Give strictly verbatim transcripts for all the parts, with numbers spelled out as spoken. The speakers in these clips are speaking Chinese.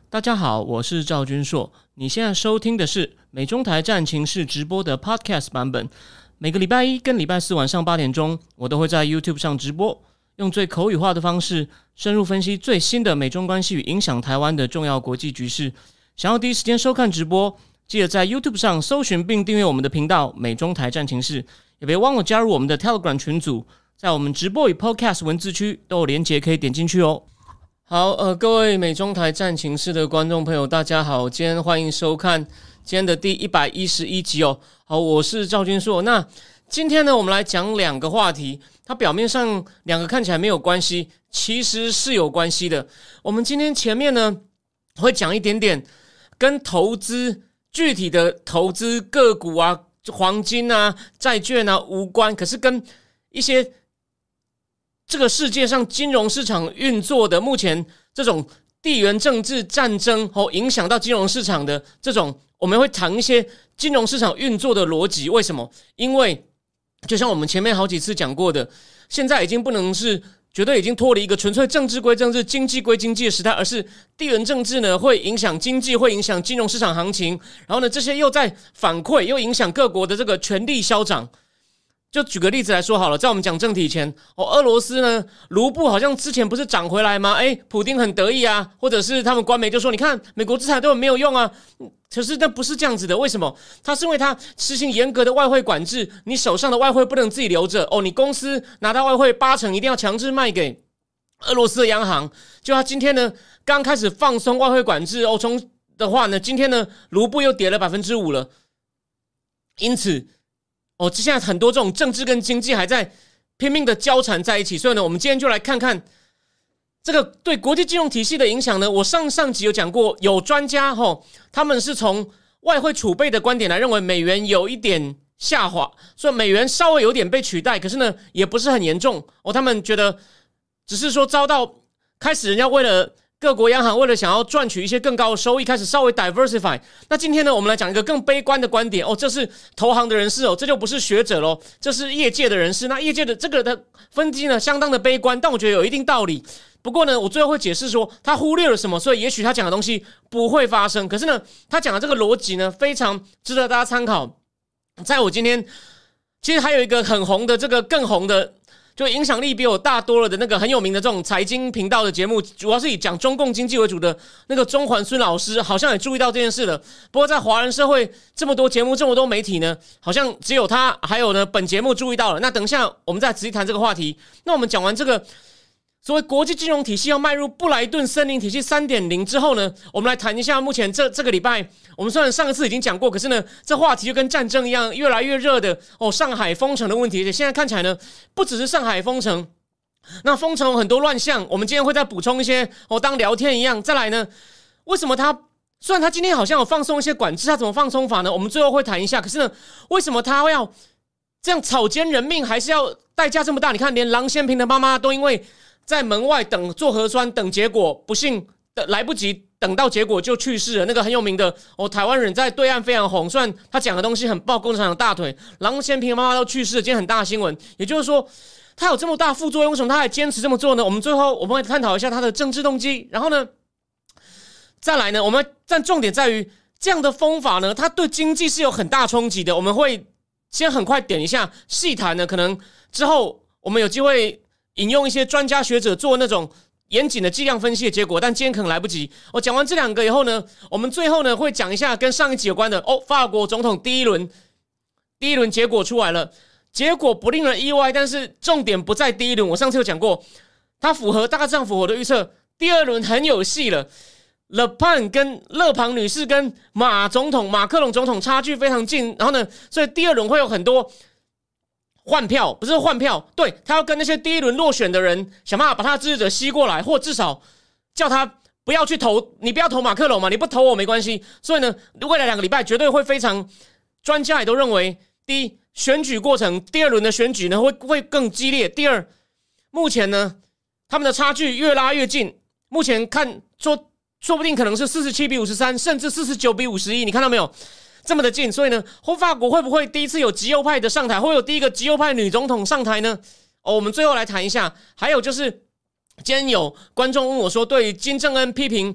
大家好，我是赵君硕。你现在收听的是美中台战情室直播的 Podcast 版本。每个礼拜一跟礼拜四晚上八点钟，我都会在 YouTube 上直播，用最口语化的方式，深入分析最新的美中关系与影响台湾的重要国际局势。想要第一时间收看直播，记得在 YouTube 上搜寻并订阅我们的频道美中台战情室，也别忘了加入我们的 Telegram 群组，在我们直播与 Podcast 文字区都有连结可以点进去哦。好，呃，各位美中台战情室的观众朋友，大家好，今天欢迎收看今天的第一百一十一集哦。好，我是赵君硕。那今天呢，我们来讲两个话题，它表面上两个看起来没有关系，其实是有关系的。我们今天前面呢会讲一点点跟投资具体的投资个股啊、黄金啊、债券啊无关，可是跟一些这个世界上金融市场运作的目前这种地缘政治战争哦，影响到金融市场的这种，我们会谈一些金融市场运作的逻辑。为什么？因为就像我们前面好几次讲过的，现在已经不能是绝对已经脱离一个纯粹政治归政治、经济归经济的时代，而是地缘政治呢会影响经济，会影响金融市场行情，然后呢这些又在反馈，又影响各国的这个权力消长。就举个例子来说好了，在我们讲正题前，哦，俄罗斯呢，卢布好像之前不是涨回来吗？哎，普丁很得意啊，或者是他们官媒就说，你看美国制裁对我们没有用啊，可是那不是这样子的，为什么？它是因为它实行严格的外汇管制，你手上的外汇不能自己留着哦，你公司拿到外汇八成一定要强制卖给俄罗斯的央行。就他今天呢，刚开始放松外汇管制，欧中的话呢，今天呢，卢布又跌了百分之五了，因此。哦，现在很多这种政治跟经济还在拼命的交缠在一起，所以呢，我们今天就来看看这个对国际金融体系的影响呢。我上上集有讲过，有专家吼，他们是从外汇储备的观点来认为美元有一点下滑，所以美元稍微有点被取代，可是呢，也不是很严重哦。他们觉得只是说遭到开始人家为了各国央行为了想要赚取一些更高的收益，开始稍微 diversify。那今天呢，我们来讲一个更悲观的观点哦，这是投行的人士哦，这就不是学者咯，这是业界的人士。那业界的这个的分析呢，相当的悲观，但我觉得有一定道理。不过呢，我最后会解释说他忽略了什么，所以也许他讲的东西不会发生。可是呢，他讲的这个逻辑呢，非常值得大家参考。在我今天，其实还有一个很红的，这个更红的。就影响力比我大多了的那个很有名的这种财经频道的节目，主要是以讲中共经济为主的那个中环孙老师，好像也注意到这件事了。不过在华人社会这么多节目、这么多媒体呢，好像只有他还有呢本节目注意到了。那等一下我们再仔细谈这个话题。那我们讲完这个所谓国际金融体系要迈入布莱顿森林体系 三点零 之后呢，我们来谈一下目前这这个礼拜，我们虽然上一次已经讲过，可是呢，这话题就跟战争一样，越来越热的哦，上海封城的问题。而且现在看起来呢，不只是上海封城，那封城有很多乱象，我们今天会再补充一些哦，当聊天一样。再来呢，为什么他虽然他今天好像有放松一些管制，他怎么放松法呢？我们最后会谈一下。可是呢，为什么他会要这样草菅人命，还是要代价这么大？你看，连郎咸平的妈妈都因为在门外等做核酸等结果，不幸的来不及等到结果就去世了。那个很有名的哦，台湾人在对岸非常红，虽然他讲的东西很抱共产党大腿，郎咸平的妈妈都去世了，今天很大的新闻。也就是说，他有这么大副作用，为什么他还坚持这么做呢？我们最后我们会探讨一下他的政治动机。然后呢，再来呢，我们但重点在于这样的封法呢，它对经济是有很大冲击的。我们会先很快点一下细谈呢，可能之后我们有机会引用一些专家学者做那种严谨的剂量分析的结果，但今天可能来不及。我讲完这两个以后呢，我们最后呢会讲一下跟上一集有关的哦，法国总统第一轮第一轮结果出来了，结果不令人意外，但是重点不在第一轮。我上次有讲过，它符合大致上符合我的预测，第二轮很有戏了。勒潘跟勒庞女士跟马总统马克龙总统差距非常近，然后呢，所以第二轮会有很多换票，不是换票，对，他要跟那些第一轮落选的人想办法把他的支持者吸过来，或至少叫他不要去投，你不要投马克龙嘛，你不投我没关系。所以呢，未来两个礼拜绝对会非常，专家也都认为，第一，选举过程第二轮的选举呢会会更激烈；第二，目前呢他们的差距越拉越近，目前看说说不定可能是四十七比五十三，甚至四十九比五十一，你看到没有？这么的近，所以呢，法国会不会第一次有极右派的上台，会有第一个极右派女总统上台呢？哦，我们最后来谈一下。还有就是，今天有观众问我说，对于金正恩批评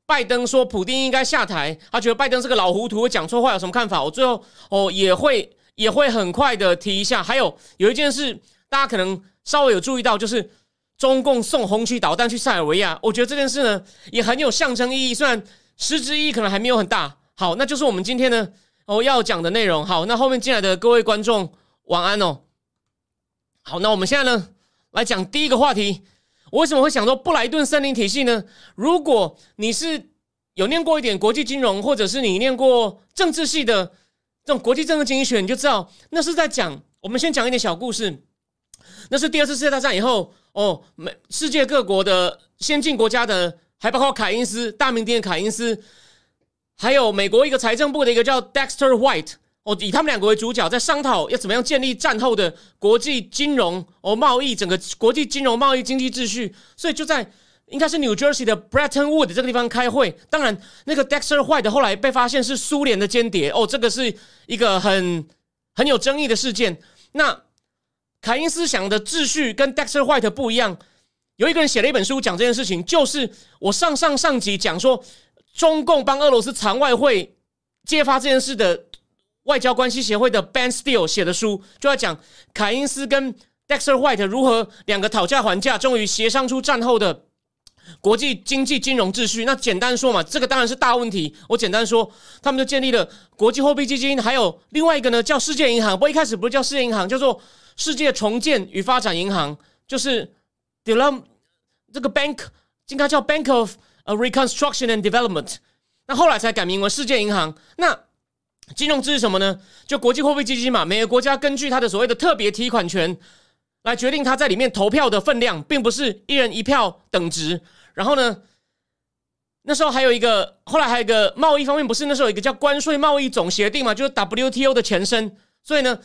拜登说普丁应该下台，他觉得拜登是个老糊涂，会讲错话，有什么看法？我最后哦也会也会很快的提一下。还有有一件事，大家可能稍微有注意到，就是中共送红旗导弹去塞尔维亚，我觉得这件事呢也很有象征意义，虽然实质意义可能还没有很大。好，那就是我们今天呢哦要讲的内容。好，那后面进来的各位观众晚安哦。好，那我们现在呢来讲第一个话题。我为什么会想说布莱顿森林体系呢？如果你是有念过一点国际金融，或者是你念过政治系的这种国际政治经济学，你就知道那是在讲。我们先讲一点小故事。那是第二次世界大战以后，哦，世界各国的先进国家的，还包括凯因斯、大名鼎鼎凯因斯，还有美国一个财政部的一个叫 Dexter White。哦，以他们两个为主角，在商讨要怎么样建立战后的国际金融哦贸易整个国际金融贸易经济秩序，所以就在应该是 New Jersey 的 Bretton Woods 这个地方开会。当然，那个 Dexter White 后来被发现是苏联的间谍哦，这个是一个很很有争议的事件。那凯因斯想的秩序跟 Dexter White 不一样，有一个人写了一本书讲这件事情，就是我上上上集讲说中共帮俄罗斯藏外汇揭发这件事的。外交关系协会的 Ben Steele 写的书，就在讲凯因斯跟 Dexter White 如何两个讨价还价，终于协商出战后的国际经济金融秩序。那简单说嘛，这个当然是大问题。我简单说，他们就建立了国际货币基金，还有另外一个呢叫世界银行。不过一开始不是叫世界银行，叫做世界重建与发展银行，就是 Develop 这个 Bank 应该叫 Bank of Reconstruction and Development。那后来才改名为世界银行。那金融制是什么呢？就国际货币基金嘛，每个国家根据它的所谓的特别提款权来决定它在里面投票的分量，并不是一人一票等值。然后呢，那时候还有一个，后来还有一个贸易方面，不是那时候有一个叫关税贸易总协定嘛，就是 W T O 的前身。所以呢，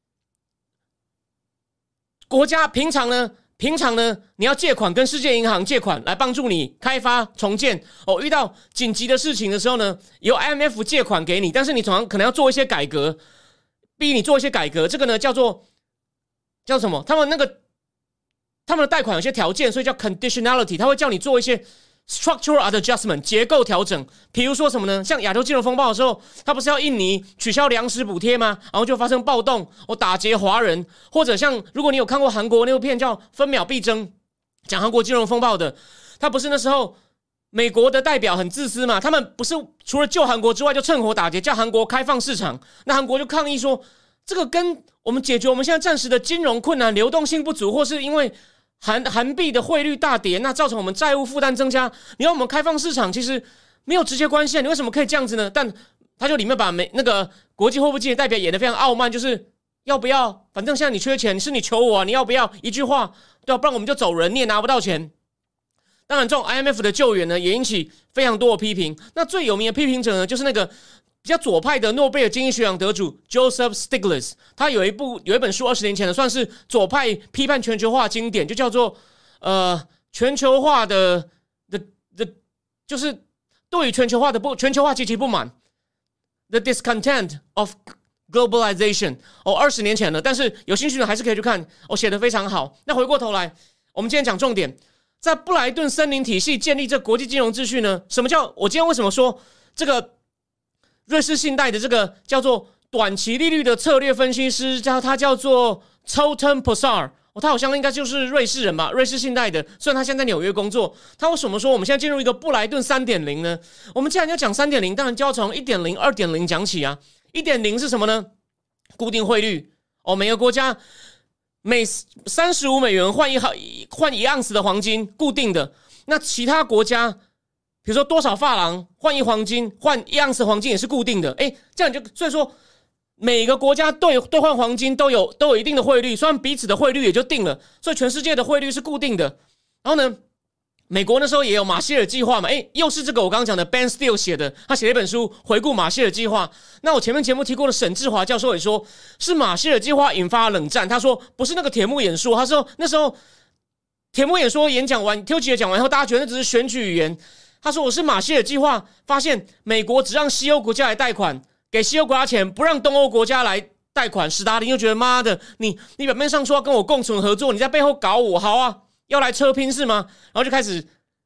国家平常呢。平常呢，你要借款跟世界银行借款来帮助你开发重建哦。遇到紧急的事情的时候呢，由 I M F 借款给你，但是你常常可能要做一些改革，逼你做一些改革。这个呢叫做叫什么？他们那个他们的贷款有些条件，所以叫 conditionality， 他会叫你做一些 structural adjustment 结构调整。比如说什么呢？像亚洲金融风暴的时候，他不是要印尼取消粮食补贴吗？然后就发生暴动，我打劫华人。或者像如果你有看过韩国那部片叫《分秒必争》，讲韩国金融风暴的，他不是那时候美国的代表很自私嘛？他们不是除了救韩国之外，就趁火打劫，叫韩国开放市场。那韩国就抗议说，这个跟我们解决我们现在暂时的金融困难、流动性不足，或是因为韩韩币的汇率大跌，那造成我们债务负担增加。你要我们开放市场，其实没有直接关系啊！你为什么可以这样子呢？但他就里面把美那个国际货币基金代表演得非常傲慢，就是要不要？反正现在你缺钱，是你求我啊，你要不要？一句话，对啊，不然我们就走人，你也拿不到钱。当然，这种 I M F 的救援呢，也引起非常多的批评。那最有名的批评者呢，就是那个比较左派的诺贝尔经济学奖得主 Joseph Stiglitz。他有一部有一本书，二十年前的，算是左派批判全球化经典，就叫做呃全球化的的的，就是对于全球化的不全球化极其不满 ，The Discontent of Globalization。哦，二十年前了，但是有兴趣的还是可以去看，哦，写得非常好。那回过头来，我们今天讲重点。在布莱顿森林体系建立这国际金融秩序呢？什么叫我今天为什么说这个瑞士信贷的这个叫做短期利率的策略分析师，叫他叫做 Toten Posar，哦，他好像应该就是瑞士人吧？瑞士信贷的，虽然他现在在纽约工作。他为什么说我们现在进入一个布莱顿 三点零 呢？我们既然要讲 三点零， 当然就要从 一点零、二点零 讲起啊。一点零 是什么呢？固定汇率哦，每个国家每三十五美元换一换一盎司的黄金，固定的。那其他国家，比如说多少法郎换一黄金，换一盎司黄金也是固定的。哎，这样就所以说每个国家兑兑换黄金都有都有一定的汇率，虽然彼此的汇率也就定了，所以全世界的汇率是固定的。然后呢，美国那时候也有马歇尔计划嘛，诶，又是这个我刚刚讲的 Ben Steele 写的，他写了一本书回顾马歇尔计划。那我前面节目提过的沈志华教授也说，是马歇尔计划引发冷战。他说不是那个铁幕演说，他说那时候铁幕演说演讲完 ，Q 姐讲完后，大家觉得那只是选举语言。他说我是马歇尔计划发现美国只让西欧国家来贷款，给西欧国家钱，不让东欧国家来贷款。史达林又觉得妈的，你你表面上说要跟我共存合作，你在背后搞我，好啊。要来车拼是吗？然后就开始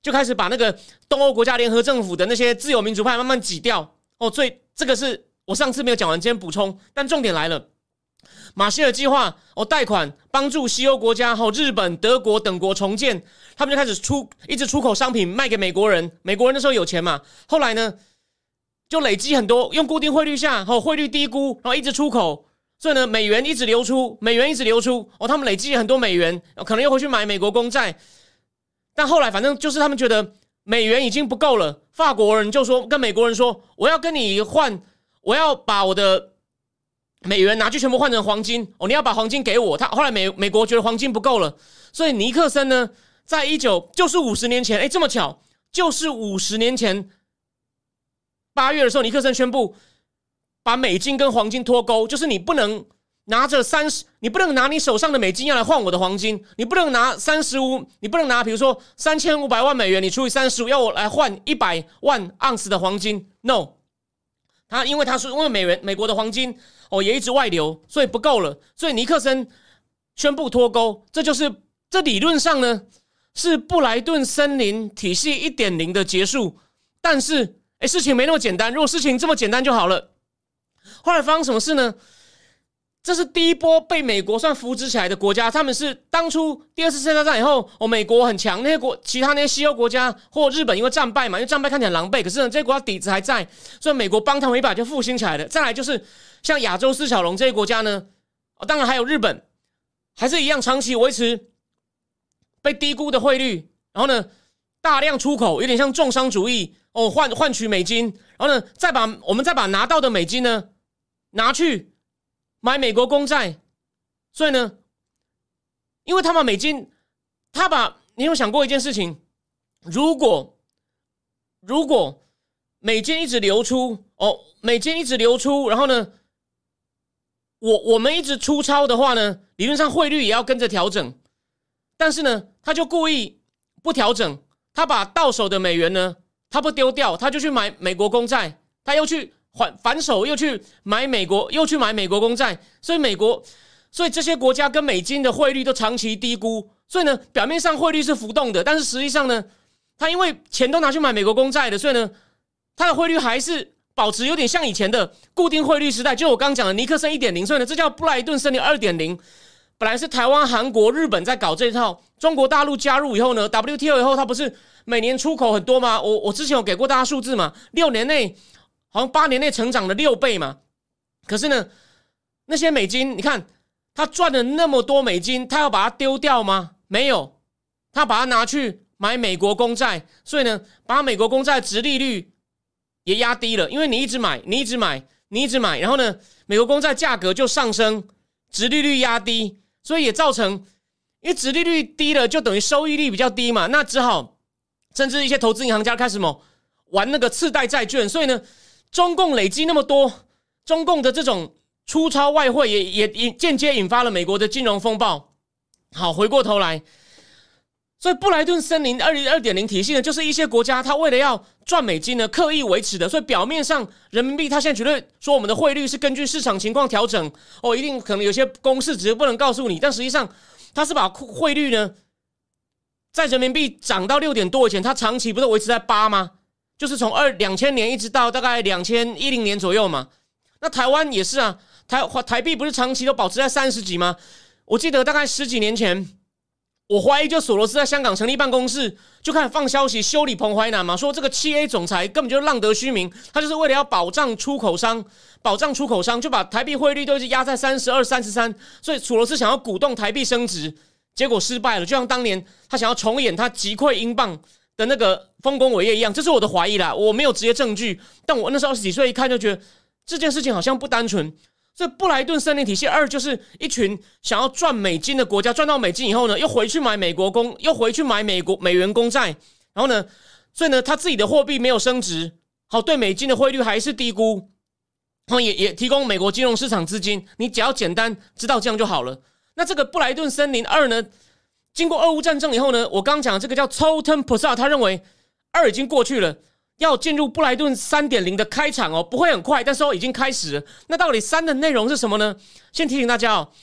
就开始把那个东欧国家联合政府的那些自由民主派慢慢挤掉哦。所以这个是我上次没有讲完，今天补充。但重点来了，马歇尔计划哦，贷款帮助西欧国家、哦、日本、德国等国重建，他们就开始出一直出口商品卖给美国人。美国人那时候有钱嘛，后来呢就累积很多，用固定汇率下哦，汇率低估，然后一直出口。所以呢，美元一直流出，美元一直流出哦，他们累积很多美元，可能又回去买美国公债。但后来反正就是他们觉得美元已经不够了，法国人就说跟美国人说，我要跟你换，我要把我的美元拿去全部换成黄金哦，你要把黄金给我。他后来美美国觉得黄金不够了，所以尼克森呢，在一九就是五十年前，哎，这么巧，就是五十年前八月的时候，尼克森宣布。把美金跟黄金脱钩，就是你不能拿着三十，你不能拿你手上的美金要来换我的黄金，你不能拿三十五，你不能拿，比如说三千五百万美元，你除以三十五，要我来换一百万盎司的黄金 ，no， 他因为他说因为美元美国的黄金哦也一直外流，所以不够了，所以尼克森宣布脱钩，这就是这理论上呢是布莱顿森林体系 一点零 的结束，但是哎事情没那么简单，如果事情这么简单就好了。后来发生什么事呢？这是第一波被美国算扶植起来的国家，他们是当初第二次世界大战以后，哦，美国很强，那些国其他那些西欧国家或日本因为战败嘛，因为战败看起来很狼狈，可是呢这些国家底子还在，所以美国帮他们一把就复兴起来了。再来就是像亚洲四小龙这些国家呢，哦，当然还有日本，还是一样长期维持被低估的汇率，然后呢大量出口，有点像重商主义哦，换换取美金，然后呢再把我们再把拿到的美金呢拿去买美国公债，所以呢，因为他把美金，他把你有想过一件事情，如果如果美金一直流出哦，美金一直流出，然后呢，我我们一直出超的话呢，理论上汇率也要跟着调整，但是呢，他就故意不调整，他把到手的美元呢，他不丢掉，他就去买美国公债，他又去。反手又去买美国，又去买美国公债，所以美国，所以这些国家跟美金的汇率都长期低估，所以呢，表面上汇率是浮动的，但是实际上呢，它因为钱都拿去买美国公债的，所以呢，它的汇率还是保持有点像以前的固定汇率时代，就我刚刚讲的尼克森 一点零， 所以呢，这叫布莱顿森林 二点零。本来是台湾、韩国、日本在搞这一套，中国大陆加入以后呢 ，W T O 以后，它不是每年出口很多吗？我我之前有给过大家数字嘛，六年内。好像八年内成长了六倍嘛，可是呢，那些美金，你看他赚了那么多美金，他要把它丢掉吗？没有，他把它拿去买美国公债，所以呢，把美国公债殖利率也压低了，因为你一直买，你一直买，你一直买，然后呢，美国公债价格就上升，殖利率压低，所以也造成，因为殖利率低了，就等于收益率比较低嘛，那只好，甚至一些投资银行家开始什么玩那个次贷债券，所以呢。中共累积那么多，中共的这种出超外汇也也间接引发了美国的金融风暴。好，回过头来，所以布莱顿森林 二点零 体系呢，就是一些国家它为了要赚美金呢，刻意维持的。所以表面上人民币它现在绝对说我们的汇率是根据市场情况调整，哦，一定可能有些公式只是不能告诉你，但实际上它是把汇率呢，在人民币涨到六点多以前，它长期不是维持在八吗？就是从二两千年一直到大概两千一零年左右嘛。那台湾也是啊，台台币不是长期都保持在三十几吗？我记得大概十几年前，我怀疑就索罗斯在香港成立办公室，就开始放消息修理彭淮南嘛，说这个 七 A 总裁根本就是浪得虚名，他就是为了要保障出口商，保障出口商就把台币汇率都一直压在三十二、三十三，所以索罗斯想要鼓动台币升值，结果失败了，就像当年他想要重演他击溃英镑的那个丰功伟业一样，这是我的怀疑啦，我没有直接证据，但我那时候二十几岁一看就觉得这件事情好像不单纯。所以布莱顿森林体系二就是一群想要赚美金的国家，赚到美金以后呢，又回去买美国公，又回去买美国美元公债，然后呢，所以呢，他自己的货币没有升值，好，对美金的汇率还是低估，然后也也提供美国金融市场资金，你只要简单知道这样就好了。那这个布莱顿森林二呢？经过俄乌战争以后呢，我刚刚讲的这个叫 Totem Possad， 他认为二已经过去了，要进入布莱顿 三点零 的开场哦，不会很快，但是已经开始了。那到底三的内容是什么呢？先提醒大家哦，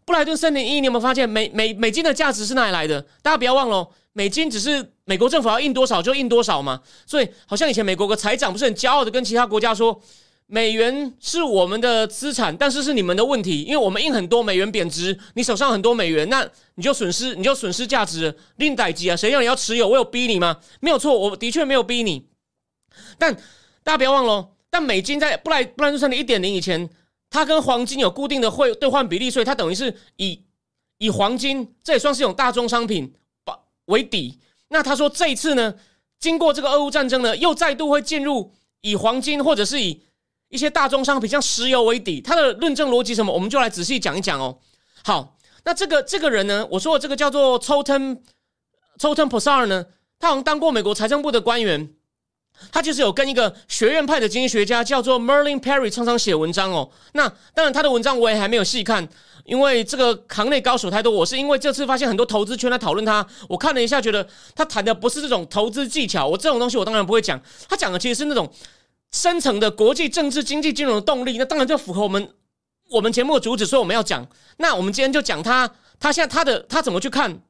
布莱顿森林一，你有没有发现美美美金的价值是哪里来的？大家不要忘了，美金只是美国政府要印多少就印多少嘛。所以好像以前美国个财长不是很骄傲的跟其他国家说，美元是我们的资产，但是是你们的问题，因为我们印很多美元贬值，你手上很多美元，那你就损失，你就损失价值。另代机啊，谁让你要持有？我有逼你吗？没有错，我的确没有逼你。但大家不要忘了，但美金在布莱布莱顿森林 一点零 以前，它跟黄金有固定的汇兑换比例，所以它等于是以以黄金，这也算是一种大宗商品为底。那他说这一次呢，经过这个俄乌战争呢，又再度会进入以黄金或者是以一些大宗商品像石油为底，他的论证逻辑什么，我们就来仔细讲一讲哦。好，那这个这个人呢，我说的这个叫做 Totem Totem Posar 呢，他好像当过美国财政部的官员，他就是有跟一个学院派的经济学家叫做 Merlin Perry 常常写文章哦。那当然他的文章我也还没有细看，因为这个行内高手太多，我是因为这次发现很多投资圈在讨论他，我看了一下，觉得他谈的不是这种投资技巧，我这种东西我当然不会讲，他讲的其实是那种深层的国际政治、经济、金融的动力，那当然就符合我们我们节目的主旨，所以我们要讲。那我们今天就讲他，他现在他的他怎么去看，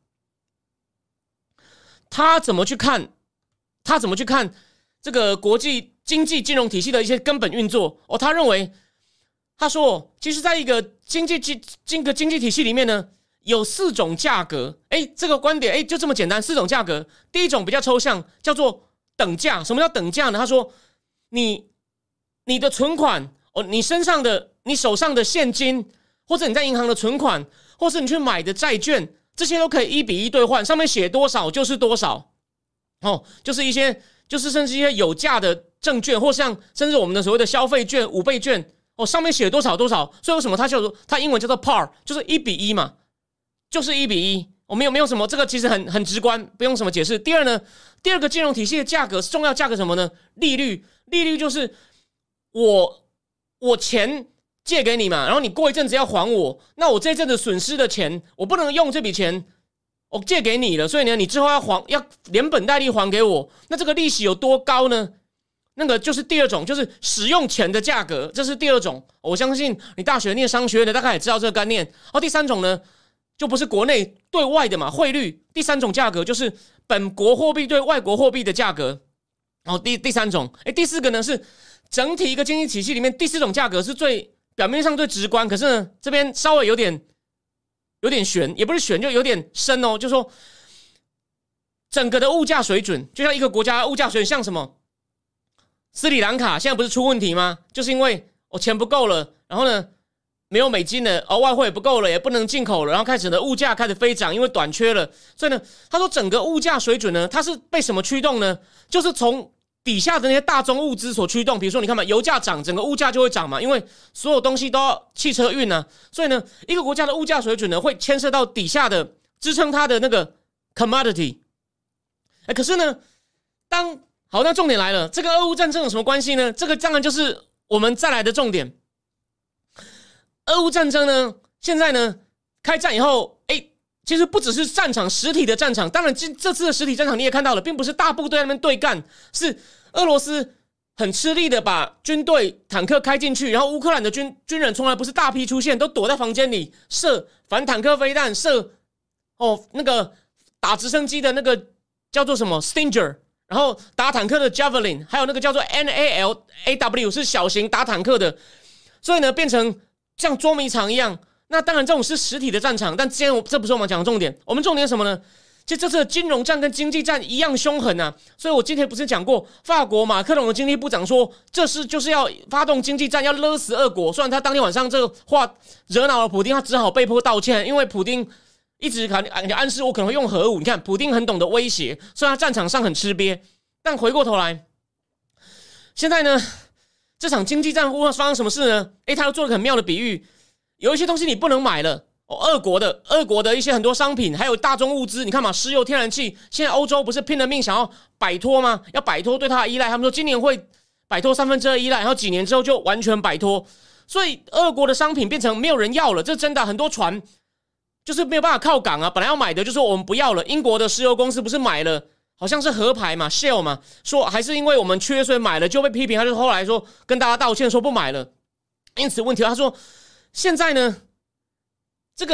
他怎么去看，他怎么去看这个国际经济金融体系的一些根本运作哦。他认为，他说，其实在一个经济经经个经济体系里面呢，有四种价格。哎，这个观点哎就这么简单，四种价格。第一种比较抽象，叫做等价。什么叫等价呢？他说，你你的存款哦，你身上的你手上的现金，或者你在银行的存款，或是你去买的债券，这些都可以一比一兑换，上面写多少就是多少。哦，就是一些就是甚至一些有价的证券，或像甚至我们的所谓的消费券、五倍券，哦，上面写多少多少。所以为什么它叫做它英文叫做 par， 就是一比一嘛，就是一比一。我们有没有什么这个其实很很直观，不用什么解释。第二呢，第二个金融体系的价格重要价格什么呢？利率，利率就是我我钱借给你嘛，然后你过一阵子要还我，那我这一阵子损失的钱，我不能用这笔钱。我借给你了，所以呢，你之后要还，要连本带利还给我。那这个利息有多高呢？那个就是第二种，就是使用钱的价格，这是第二种。我相信你大学念商学院的大概也知道这个概念。然后第三种呢，就不是国内对外的嘛，汇率。第三种价格就是本国货币对外国货币的价格。然后第第三种，哎，第四个呢是整体一个经济体系里面第四种价格是最表面上最直观，可是呢这边稍微有点。有点悬，也不是悬，就有点深哦。就说整个的物价水准，就像一个国家物价水准，像什么斯里兰卡现在不是出问题吗？就是因为我、哦、钱不够了，然后呢没有美金了，而、哦、外汇也不够了，也不能进口了，然后开始呢物价开始飞涨，因为短缺了。所以呢，他说整个物价水准呢，它是被什么驱动呢？就是从底下的那些大宗物资所驱动，比如说你看嘛，油价涨，整个物价就会涨嘛，因为所有东西都要汽车运啊，所以呢，一个国家的物价水准呢，会牵涉到底下的支撑它的那个 commodity。哎，可是呢，当好，那重点来了，这个俄乌战争有什么关系呢？这个当然就是我们再来的重点。俄乌战争呢，现在呢开战以后，哎。其实不只是战场实体的战场，当然这次的实体战场你也看到了，并不是大部队在那边对干，是俄罗斯很吃力的把军队坦克开进去，然后乌克兰的军军人从来不是大批出现，都躲在房间里射反坦克飞弹，射哦那个打直升机的那个叫做什么 Stinger， 然后打坦克的 Javelin， 还有那个叫做 N A L A W 是小型打坦克的，所以呢变成像捉迷藏一样。那当然，这种是实体的战场，但今天这不是我们讲的重点。我们重点是什么呢？其实这次的金融战跟经济战一样凶狠啊！所以我今天不是讲过，法国马克龙的经济部长说，这是就是要发动经济战，要勒死俄国。虽然他当天晚上这个话惹恼了普丁，他只好被迫道歉，因为普丁一直暗示我可能会用核武。你看，普丁很懂得威胁，虽然他战场上很吃瘪，但回过头来，现在呢，这场经济战会发生什么事呢？诶，他又做了个很妙的比喻。有一些东西你不能买了，哦，俄国的俄国的一些很多商品，还有大宗物资，你看嘛，石油、天然气，现在欧洲不是拼了命想要摆脱吗？要摆脱对它的依赖，他们说今年会摆脱三分之二依赖，然后几年之后就完全摆脱，所以俄国的商品变成没有人要了，这真的很多船就是没有办法靠港啊，本来要买的就说我们不要了，英国的石油公司不是买了，好像是合牌嘛 ，Shell 嘛，说还是因为我们缺所以买了，就被批评，他就后来说跟大家道歉说不买了，因此问题他说。现在呢，这个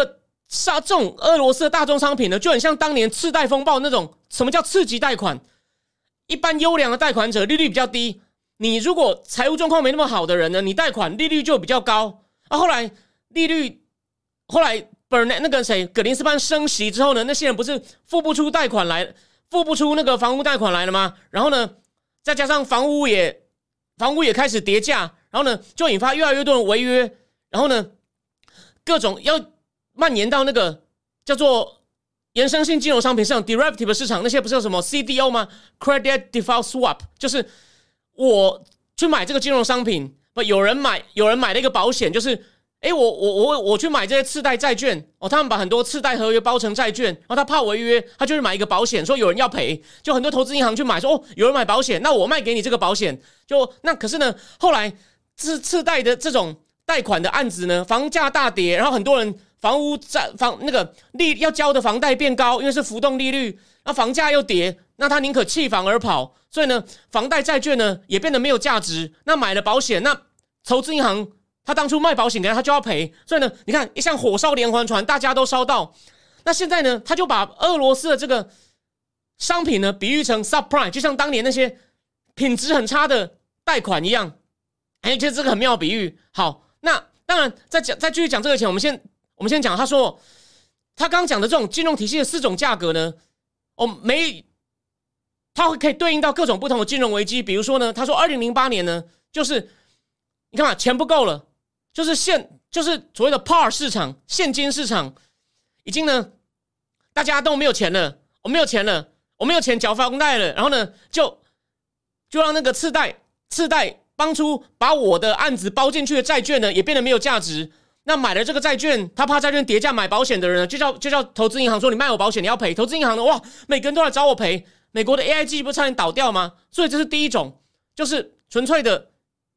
杀这种俄罗斯的大宗商品呢，就很像当年次贷风暴那种。什么叫次级贷款？一般优良的贷款者利率比较低，你如果财务状况没那么好的人呢，你贷款利率就比较高。啊，后来利率后来 Bernanke 那个谁葛林斯潘升息之后呢，那些人不是付不出贷款来，付不出那个房屋贷款来了吗？然后呢，再加上房屋也房屋也开始跌价，然后呢，就引发越来越多人违约，然后呢，各种要蔓延到那个叫做衍生性金融商品市场 derivative 市场，那些不是有什么 C D O 吗 ？Credit Default Swap， 就是我去买这个金融商品，不有人买有人买了一个保险，就是哎我我我我去买这些次贷债券哦，他们把很多次贷合约包成债券，然后他怕违约，他就去买一个保险，说有人要赔，就很多投资银行去买，说哦有人买保险，那我卖给你这个保险，就那可是呢，后来次次贷的这种贷款的案子呢，房价大跌，然后很多人。房屋债房那个利要交的房贷变高，因为是浮动利率，那房价又跌，那他宁可弃房而跑，所以呢，房贷债券呢也变得没有价值。那买了保险，那投资银行他当初卖保险给他，他就要赔，所以呢，你看像火烧连环船，大家都烧到。那现在呢，他就把俄罗斯的这个商品呢比喻成 subprime， 就像当年那些品质很差的贷款一样。哎，其实这个很妙的比喻。好，那当然在讲再继续讲这个前，我们先。我们先讲，他说他刚刚讲的这种金融体系的四种价格呢，哦，没，它可以对应到各种不同的金融危机。比如说呢，他说二零零八年呢，就是你看嘛，钱不够了，就是现就是所谓的 P A R 市场，现金市场已经呢，大家都没有钱了，我没有钱了，我没有钱缴房贷了，然后呢，就就让那个次贷次贷帮出把我的案子包进去的债券呢，也变得没有价值。那买了这个债券，他怕债券跌价，买保险的人呢，就叫就叫投资银行说你卖我保险，你要赔。投资银行呢，哇，每个人都来找我赔。美国的 A I G 不是差点倒掉吗？所以这是第一种，就是纯粹的。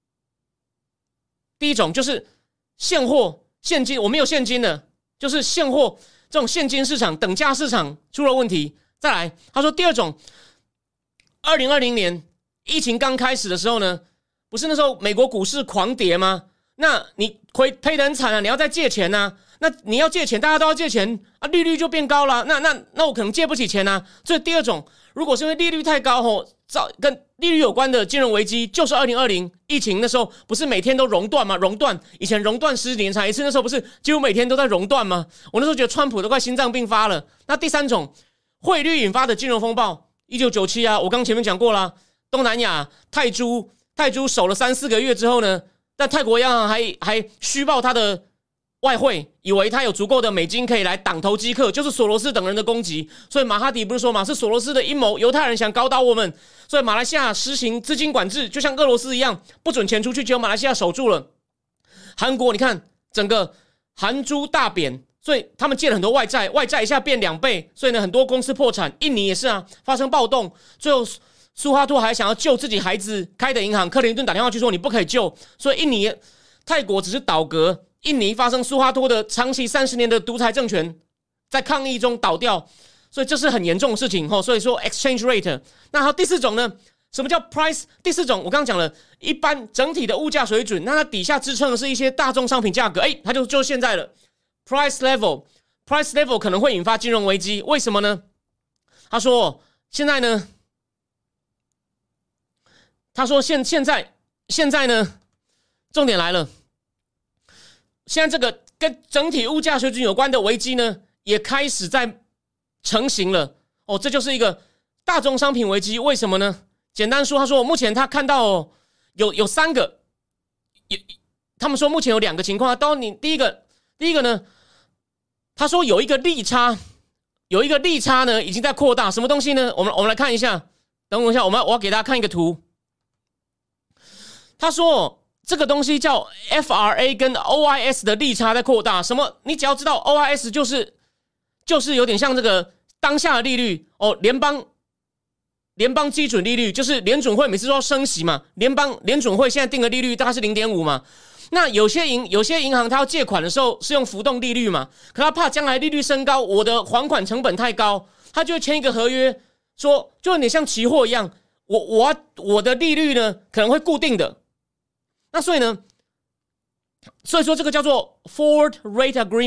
第一种就是现货现金，我没有现金了，就是现货这种现金市场等价市场出了问题。再来，他说第二种，二零二零年疫情刚开始的时候呢，不是那时候美国股市狂跌吗？那你亏赔得很惨啊！你要再借钱啊，那你要借钱，大家都要借钱啊，利率就变高了。那那那我可能借不起钱啊。所以第二种，如果是因为利率太高吼，造跟利率有关的金融危机，就是二零二零疫情那时候，不是每天都熔断吗？熔断，以前熔断十年才一次，那时候不是几乎每天都在熔断吗？我那时候觉得川普都快心脏病发了。那第三种，汇率引发的金融风暴，一九九七啊，我刚前面讲过了，东南亚泰铢泰铢守了三四个月之后呢？但泰国央行还还虚报他的外汇，以为他有足够的美金可以来挡投机客，就是索罗斯等人的攻击。所以马哈迪不是说嘛，是索罗斯的阴谋，犹太人想搞倒我们。所以马来西亚实行资金管制，就像俄罗斯一样，不准钱出去，只有马来西亚守住了。韩国你看整个韩铢大贬，所以他们借了很多外债，外债一下变两倍，所以呢很多公司破产。印尼也是啊，发生暴动，最后。苏哈托还想要救自己孩子开的银行，克林顿打电话去说你不可以救，所以印尼、泰国只是倒戈，印尼发生苏哈托的长期三十年的独裁政权在抗议中倒掉，所以这是很严重的事情。所以说 exchange rate。那好，第四种呢？什么叫 price？ 第四种我刚刚讲了，一般整体的物价水准，那它底下支撑的是一些大宗商品价格，哎，它就就现在了 price level。price level 可能会引发金融危机，为什么呢？他说现在呢？他说现现在现在呢，重点来了，现在这个跟整体物价水准有关的危机呢，也开始在成型了。哦，这就是一个大宗商品危机。为什么呢？简单说，他说目前他看到、哦、有有三个，有他们说目前有两个情况。当你第一个第一个呢，他说有一个利差，有一个利差呢已经在扩大。什么东西呢？我们我们来看一下。等我一下，我们我要给大家看一个图。他说这个东西叫 F R A 跟 O I S 的利差在扩大。什么？你只要知道 O I S 就是就是有点像这个当下的利率哦，联邦联邦基准利率，就是联准会每次都要升息嘛，联邦联准会现在定的利率大概是 零点五 嘛。那有些银有些银行它要借款的时候是用浮动利率嘛，可他怕将来利率升高，我的还款成本太高，他就会签一个合约，说就有点像期货一样，我我我的利率呢可能会固定的。那所以呢，所以说这个叫做 forward rate agreement，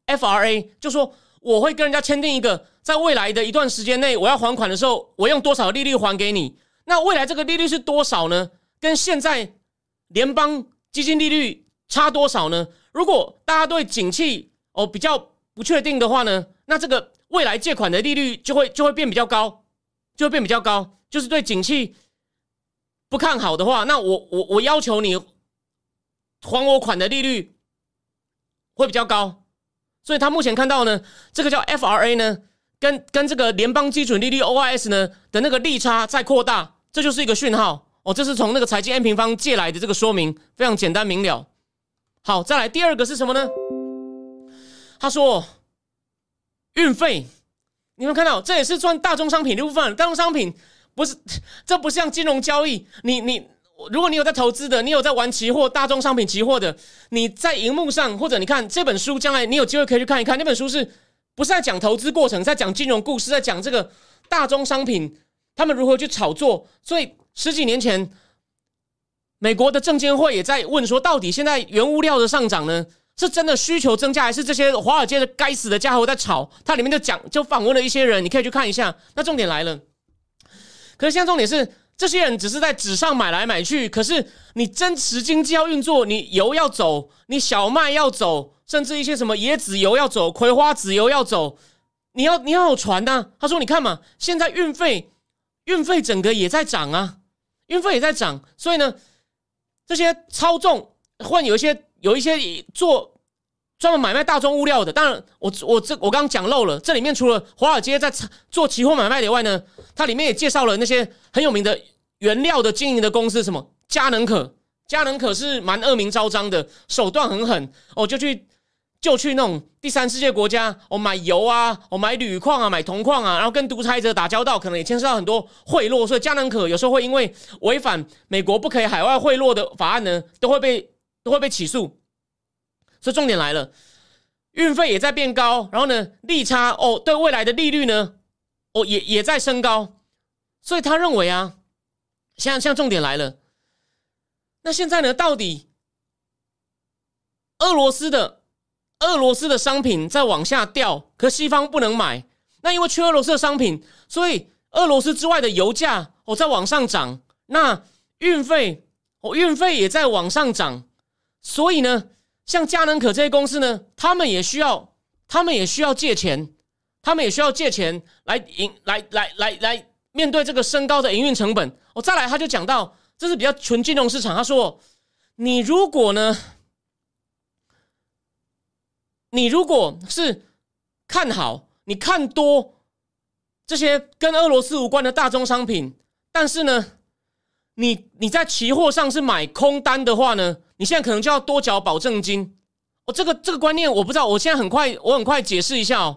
F R A， 就说我会跟人家签订一个，在未来的一段时间内，我要还款的时候，我用多少利率还给你。那未来这个利率是多少呢？跟现在联邦基金利率差多少呢？如果大家对景气哦比较不确定的话呢，那这个未来借款的利率就会就会变比较高，就会变比较高。就是对景气不看好的话，那我我我要求你还我款的利率会比较高。所以他目前看到呢，这个叫 F R A 呢，跟跟这个联邦基准利率 O I S 呢的那个利差在扩大，这就是一个讯号哦。这是从那个财经 M 平方借来的这个说明，非常简单明了。好，再来第二个是什么呢？他说运费，你们看到这也是算大宗商品的部分。大宗商品不是，这不像金融交易，你你。如果你有在投资的，你有在玩期货、大宗商品期货的，你在荧幕上或者你看这本书，将来你有机会可以去看一看。那本书是不是在讲投资过程，在讲金融故事，在讲这个大宗商品他们如何去炒作。所以十几年前，美国的证监会也在问说，到底现在原物料的上涨呢，是真的需求增加，还是这些华尔街的该死的家伙在炒？它里面就讲，就访问了一些人，你可以去看一下。那重点来了，可是现在重点是，这些人只是在纸上买来买去，可是你真实经济要运作，你油要走，你小麦要走，甚至一些什么椰子油要走，葵花籽油要走，你要你要有船啊。他说：“你看嘛，现在运费运费整个也在涨啊，运费也在涨，所以呢，这些操纵或有一些有一些做专门买卖大宗物料的，当然我我这我刚刚讲漏了，这里面除了华尔街在做期货买卖的以外呢，它里面也介绍了那些很有名的原料的经营的公司，什么嘉能可，嘉能可是蛮恶名昭彰的，手段很狠哦，就去就去那种第三世界国家哦买油啊，哦买铝矿啊，买铜矿啊，然后跟独裁者打交道，可能也牵涉到很多贿赂，所以嘉能可有时候会因为违反美国不可以海外贿赂的法案呢，都会被都会被起诉。所以重点来了，运费也在变高，然后呢，利差哦对未来的利率呢，哦也也在升高，所以他认为啊。现在，现在重点来了。那现在呢？到底俄罗斯的俄罗斯的商品在往下掉，可西方不能买。那因为缺俄罗斯的商品，所以俄罗斯之外的油价哦在往上涨。那运费哦运费也在往上涨。所以呢，像嘉能可这些公司呢，他们也需要，他们也需要借钱，他们也需要借钱来营来来来来面对这个升高的营运成本。哦，再来他就讲到，这是比较纯金融市场。他说，你如果呢，你如果是看好，你看多这些跟俄罗斯无关的大宗商品，但是呢，你你在期货上是买空单的话呢，你现在可能就要多缴保证金。哦，这个这个观念我不知道，我现在很快我很快解释一下哦。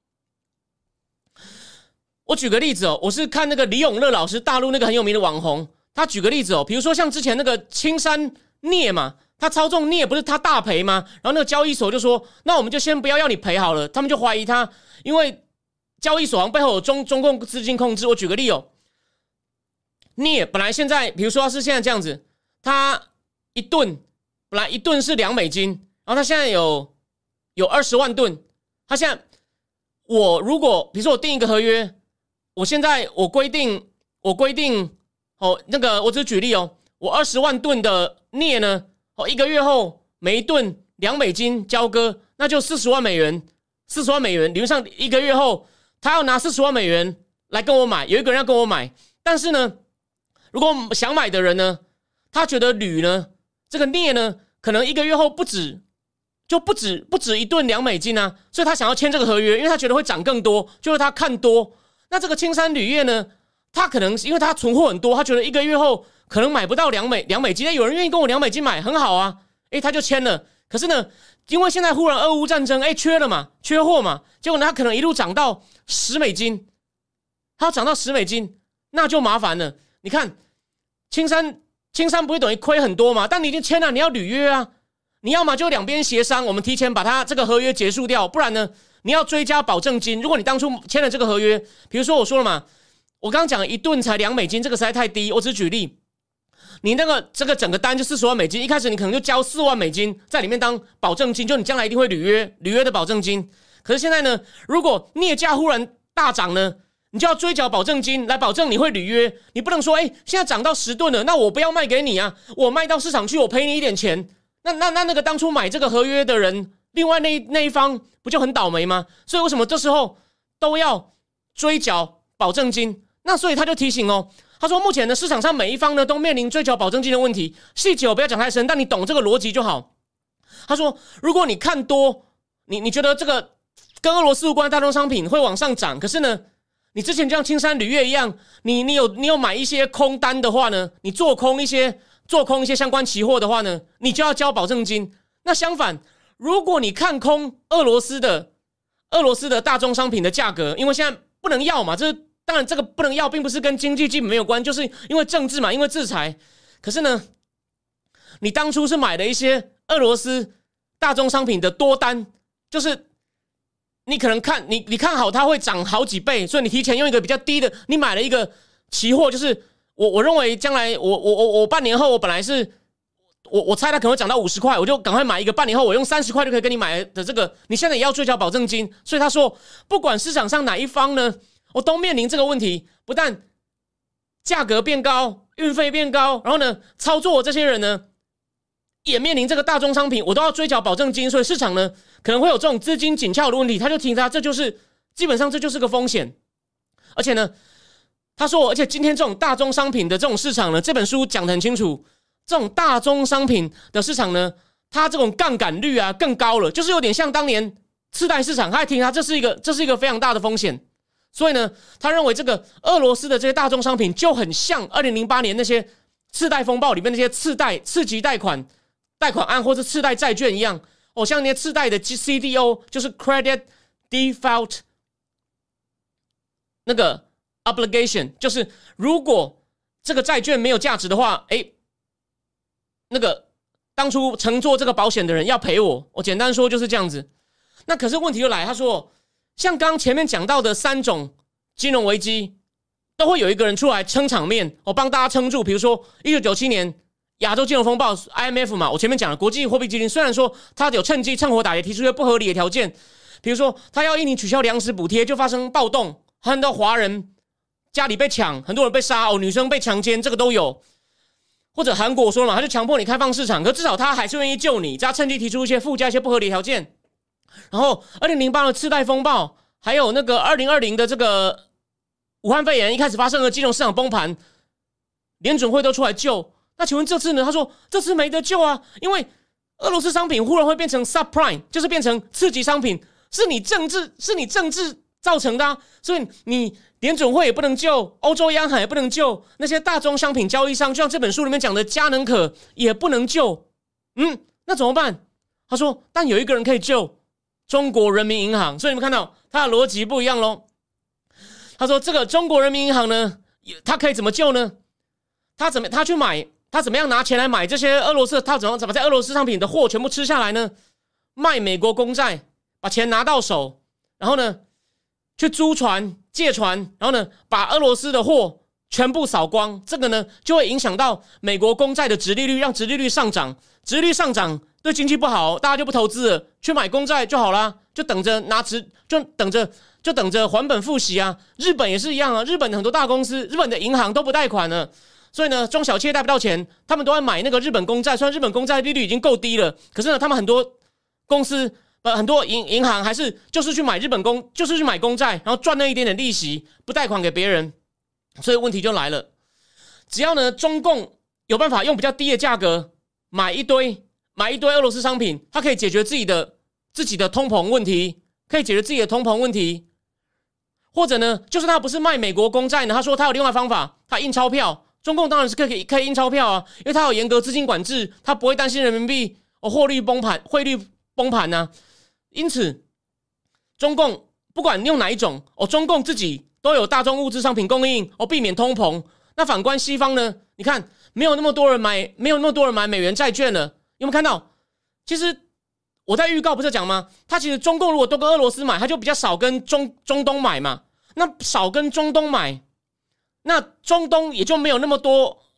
我举个例子哦，我是看那个李永乐老师，大陆那个很有名的网红，他举个例子哦，比如说像之前那个青山镍嘛，他操纵镍不是他大赔吗？然后那个交易所就说，那我们就先不要要你赔好了，他们就怀疑他，因为交易所好像背后有中中共资金控制。我举个例哦，镍本来现在，比如说是现在这样子，它一吨本来一吨是两美金，然后它现在有有二十万吨，它现在我如果比如说我定一个合约。我现在我规定，我规定哦，那个我只举例哦，我二十万吨的镍呢，哦，一个月后每一吨两美金交割，那就四十万美元，四十万美元，理论上一个月后他要拿四十万美元来跟我买，有一个人要跟我买，但是呢，如果想买的人呢，他觉得铝呢，这个镍呢，可能一个月后不止，就不止不止一吨两美金啊，所以他想要签这个合约，因为他觉得会涨更多，就是他看多。那这个青山铝业呢，他可能因为他存货很多，他觉得一个月后可能买不到两美两美金，有人愿意跟我两美金买，很好啊，诶，他就签了。可是呢，因为现在忽然俄乌战争，诶，缺了嘛，缺货嘛，结果呢，他可能一路涨到十美金，他要涨到十美金，那就麻烦了。你看，青山青山不会等于亏很多嘛？但你已经签了，你要履约啊，你要么就两边协商，我们提前把它这个合约结束掉，不然呢？你要追加保证金，如果你当初签了这个合约，比如说我说了嘛，我刚刚讲一吨才两美金，这个实在太低，我只举例。 你那个这个整个单就四十万美金，一开始你可能就交四万美金在里面当保证金，就你将来一定会履约履约的保证金。可是现在呢，如果镍价忽然大涨呢，你就要追缴保证金来保证你会履约。你不能说，哎，现在涨到十吨了，那我不要卖给你啊，我卖到市场去，我赔你一点钱。那那那那个当初买这个合约的人，另外那那一方不就很倒霉吗？所以为什么这时候都要追缴保证金？那所以他就提醒哦，他说目前的市场上每一方呢都面临追缴保证金的问题，细节我不要讲太深，但你懂这个逻辑就好。他说，如果你看多，你你觉得这个跟俄罗斯无关的大宗商品会往上涨，可是呢，你之前就像青山铝业一样，你你有你有买一些空单的话呢，你做空一些做空一些相关期货的话呢，你就要交保证金。那相反，如果你看空俄罗斯的俄罗斯的大宗商品的价格，因为现在不能要嘛，这当然这个不能要，并不是跟经济基本没有关，就是因为政治嘛，因为制裁。可是呢，你当初是买了一些俄罗斯大宗商品的多单，就是你可能看你你看好它会涨好几倍，所以你提前用一个比较低的，你买了一个期货，就是我我认为将来我我我我半年后我本来是我我猜它可能会涨到五十块，我就赶快买一个，半年后我用三十块就可以跟你买的这个，你现在也要追缴保证金。所以他说，不管市场上哪一方呢，我都面临这个问题，不但价格变高，运费变高，然后呢，操作我这些人呢，也面临这个大宗商品，我都要追缴保证金，所以市场呢可能会有这种资金紧俏的问题。他就提他，这就是基本上这就是个风险。而且呢，他说，而且今天这种大宗商品的这种市场呢，这本书讲得很清楚，这种大宗商品的市场呢，它这种杠杆率啊更高了，就是有点像当年次贷市场。他还提他这是一个这是一个非常大的风险。所以呢，他认为这个俄罗斯的这些大宗商品就很像二零零八年那些次贷风暴里面那些次贷次级贷款贷款案或者次贷债券一样。哦，像那些次贷的 C D O 就是 Credit Default 那个 Obligation， 就是如果这个债券没有价值的话，哎，那个当初承做这个保险的人要赔我。我简单说就是这样子。那可是问题就来，他说，像刚前面讲到的三种金融危机，都会有一个人出来撑场面，我帮大家撑住。比如说一九九七年亚洲金融风暴 I M F 嘛，我前面讲了，国际货币基金虽然说他有趁机趁火打劫，提出一些不合理的条件，比如说他要印尼取消粮食补贴，就发生暴动，很多华人家里被抢，很多人被杀，哦，女生被强奸，这个都有。或者韩国说了嘛，他就强迫你开放市场，可至少他还是愿意救你，他趁机提出一些附加一些不合理条件。然后二零零八的次贷风暴，还有那个二零二零的这个武汉肺炎一开始发生的金融市场崩盘，联准会都出来救。那请问这次呢？他说这次没得救啊，因为俄罗斯商品忽然会变成 subprime， 就是变成次级商品，是你政治是你政治造成的啊，所以你联准会也不能救，欧洲央行也不能救，那些大宗商品交易商，就像这本书里面讲的佳能可也不能救。嗯，那怎么办？他说，但有一个人可以救，中国人民银行。所以你们看到他的逻辑不一样咯。他说这个中国人民银行呢，他可以怎么救呢？他怎么他去买，他怎么样拿钱来买这些俄罗斯？他怎么怎么在俄罗斯商品的货全部吃下来呢？卖美国公债，把钱拿到手，然后呢去租船借船，然后呢把俄罗斯的货全部扫光。这个呢就会影响到美国公债的殖利率，让殖利率上涨。殖利率上涨对经济不好，大家就不投资了，去买公债就好啦，就等着拿殖，就等着就等着还本付息啊。日本也是一样啊，日本的很多大公司，日本的银行都不贷款了。所以呢，中小企业贷不到钱，他们都在买那个日本公债。虽然日本公债利率已经够低了，可是呢，他们很多公司、呃、很多银银行还是就是去买日本公，就是去买公债，然后赚那一点点利息，不贷款给别人。所以问题就来了，只要呢中共有办法用比较低的价格买一堆买一堆俄罗斯商品，它可以解决自己的自己的通膨问题，可以解决自己的通膨问题。或者呢，就是他不是卖美国公债呢，他说他有另外方法，他印钞票。中共当然是可以可以印钞票啊，因为它有严格资金管制，它不会担心人民币哦汇率崩盘，汇率崩盘呐、啊。因此，中共不管用哪一种哦，中共自己都有大宗物资商品供应哦，避免通膨。那反观西方呢？你看，没有那么多人买，没有那么多人买美元债券了。有没有看到？其实我在预告不是讲吗？他其实中共如果都跟俄罗斯买，他就比较少跟中中东买嘛。那少跟中东买。那中东也就没有那么多，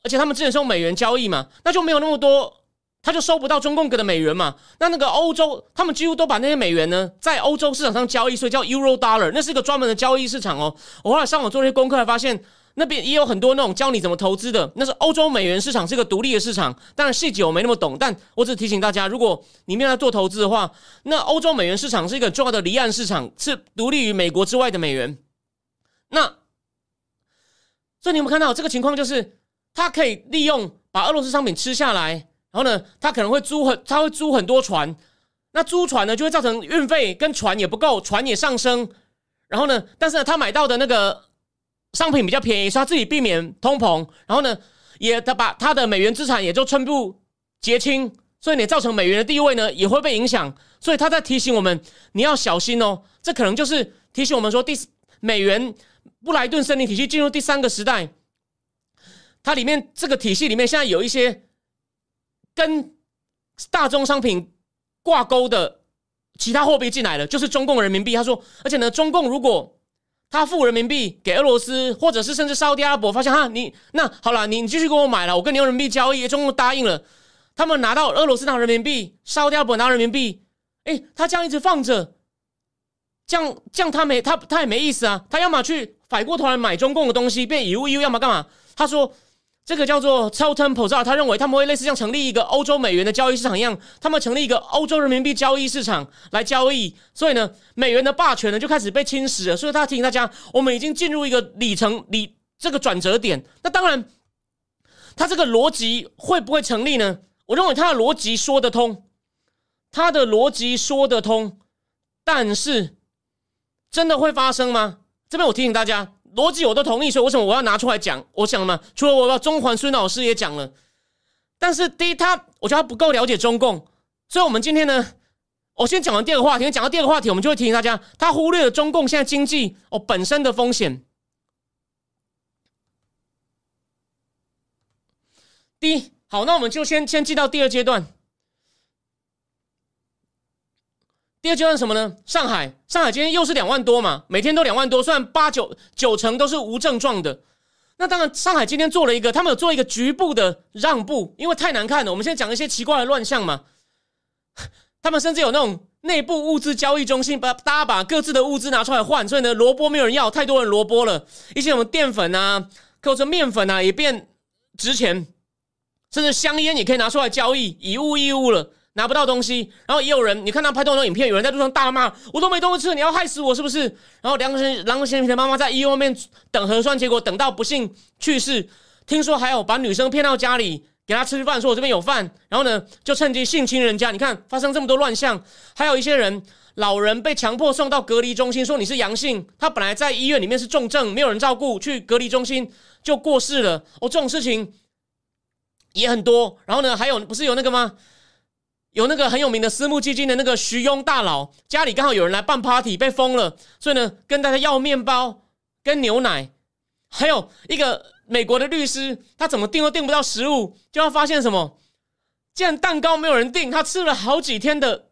而且他们之前是用美元交易嘛，那就没有那么多，他就收不到中共给的美元嘛。那那个欧洲，他们几乎都把那些美元呢在欧洲市场上交易，所以叫 Euro Dollar， 那是一个专门的交易市场哦。我后来上网做了一些功课，才发现那边也有很多那种教你怎么投资的，那是欧洲美元市场，是一个独立的市场。当然细节我没那么懂，但我只提醒大家，如果你没有在做投资的话，那欧洲美元市场是一个重要的离岸市场，是独立于美国之外的美元。那所以你有没有看到这个情况，就是他可以利用把俄罗斯商品吃下来，然后呢，他可能会租很，他会租很多船，那租船呢就会造成运费跟船也不够，船也上升，然后呢，但是呢，他买到的那个商品比较便宜，所以他自己避免通膨，然后呢，也他把他的美元资产也就全部结清，所以你造成美元的地位呢也会被影响，所以他在提醒我们你要小心哦，这可能就是提醒我们说第美元布莱顿森林体系进入第三个时代，它里面这个体系里面现在有一些跟大宗商品挂钩的其他货币进来了，就是中共人民币。他说，而且呢，中共如果他付人民币给俄罗斯，或者是甚至沙烏地阿拉伯，发现哈，你那好了，你你继续跟我买了，我跟你用人民币交易，中共答应了，他们拿到俄罗斯拿人民币，沙烏地阿拉伯拿人民币，哎，他这样一直放着。这样这样他没他他也没意思啊，他要么去反过头来买中共的东西变以物易物，要么干嘛？他说这个叫做 totem pole， 他认为他们会类似像成立一个欧洲美元的交易市场一样，他们成立一个欧洲人民币交易市场来交易，所以呢，美元的霸权呢就开始被侵蚀了。所以他提醒大家，我们已经进入一个里程里这个转折点。那当然，他这个逻辑会不会成立呢？我认为他的逻辑说得通，他的逻辑说得通，但是真的会发生吗？这边我提醒大家，逻辑我都同意，所以为什么我要拿出来讲？我想嘛，除了我要中环孙老师也讲了，但是第一，他我觉得他不够了解中共，所以我们今天呢，我先讲完第二个话题，讲到第二个话题，我们就会提醒大家，他忽略了中共现在经济哦本身的风险。第一，好，那我们就先先进到第二阶段。第二阶段是什么呢？上海，上海今天又是两万多嘛，每天都两万多，虽然八九九成都是无症状的。那当然，上海今天做了一个，他们有做一个局部的让步，因为太难看了。我们现在讲一些奇怪的乱象嘛，他们甚至有那种内部物资交易中心，把大家把各自的物资拿出来换，所以呢，萝卜没有人要，太多人萝卜了，一些什么淀粉啊，或者面粉啊，也变值钱，甚至香烟也可以拿出来交易，以物易物了。拿不到东西，然后也有人，你看他拍动作影片，有人在路上大骂：“我都没东西吃，你要害死我是不是？”然后梁梁贤平的妈妈在医院外面等核酸结果，等到不幸去世。听说还有把女生骗到家里给她吃饭，说我这边有饭，然后呢就趁机性侵人家。你看发生这么多乱象，还有一些人老人被强迫送到隔离中心，说你是阳性，他本来在医院里面是重症，没有人照顾，去隔离中心就过世了。哦，这种事情也很多。然后呢，还有不是有那个吗？有那个很有名的私募基金的那个徐庸大佬，家里刚好有人来办 party 被封了，所以呢跟大家要面包跟牛奶。还有一个美国的律师，他怎么订都订不到食物，就要发现什么？既然蛋糕没有人订，他吃了好几天的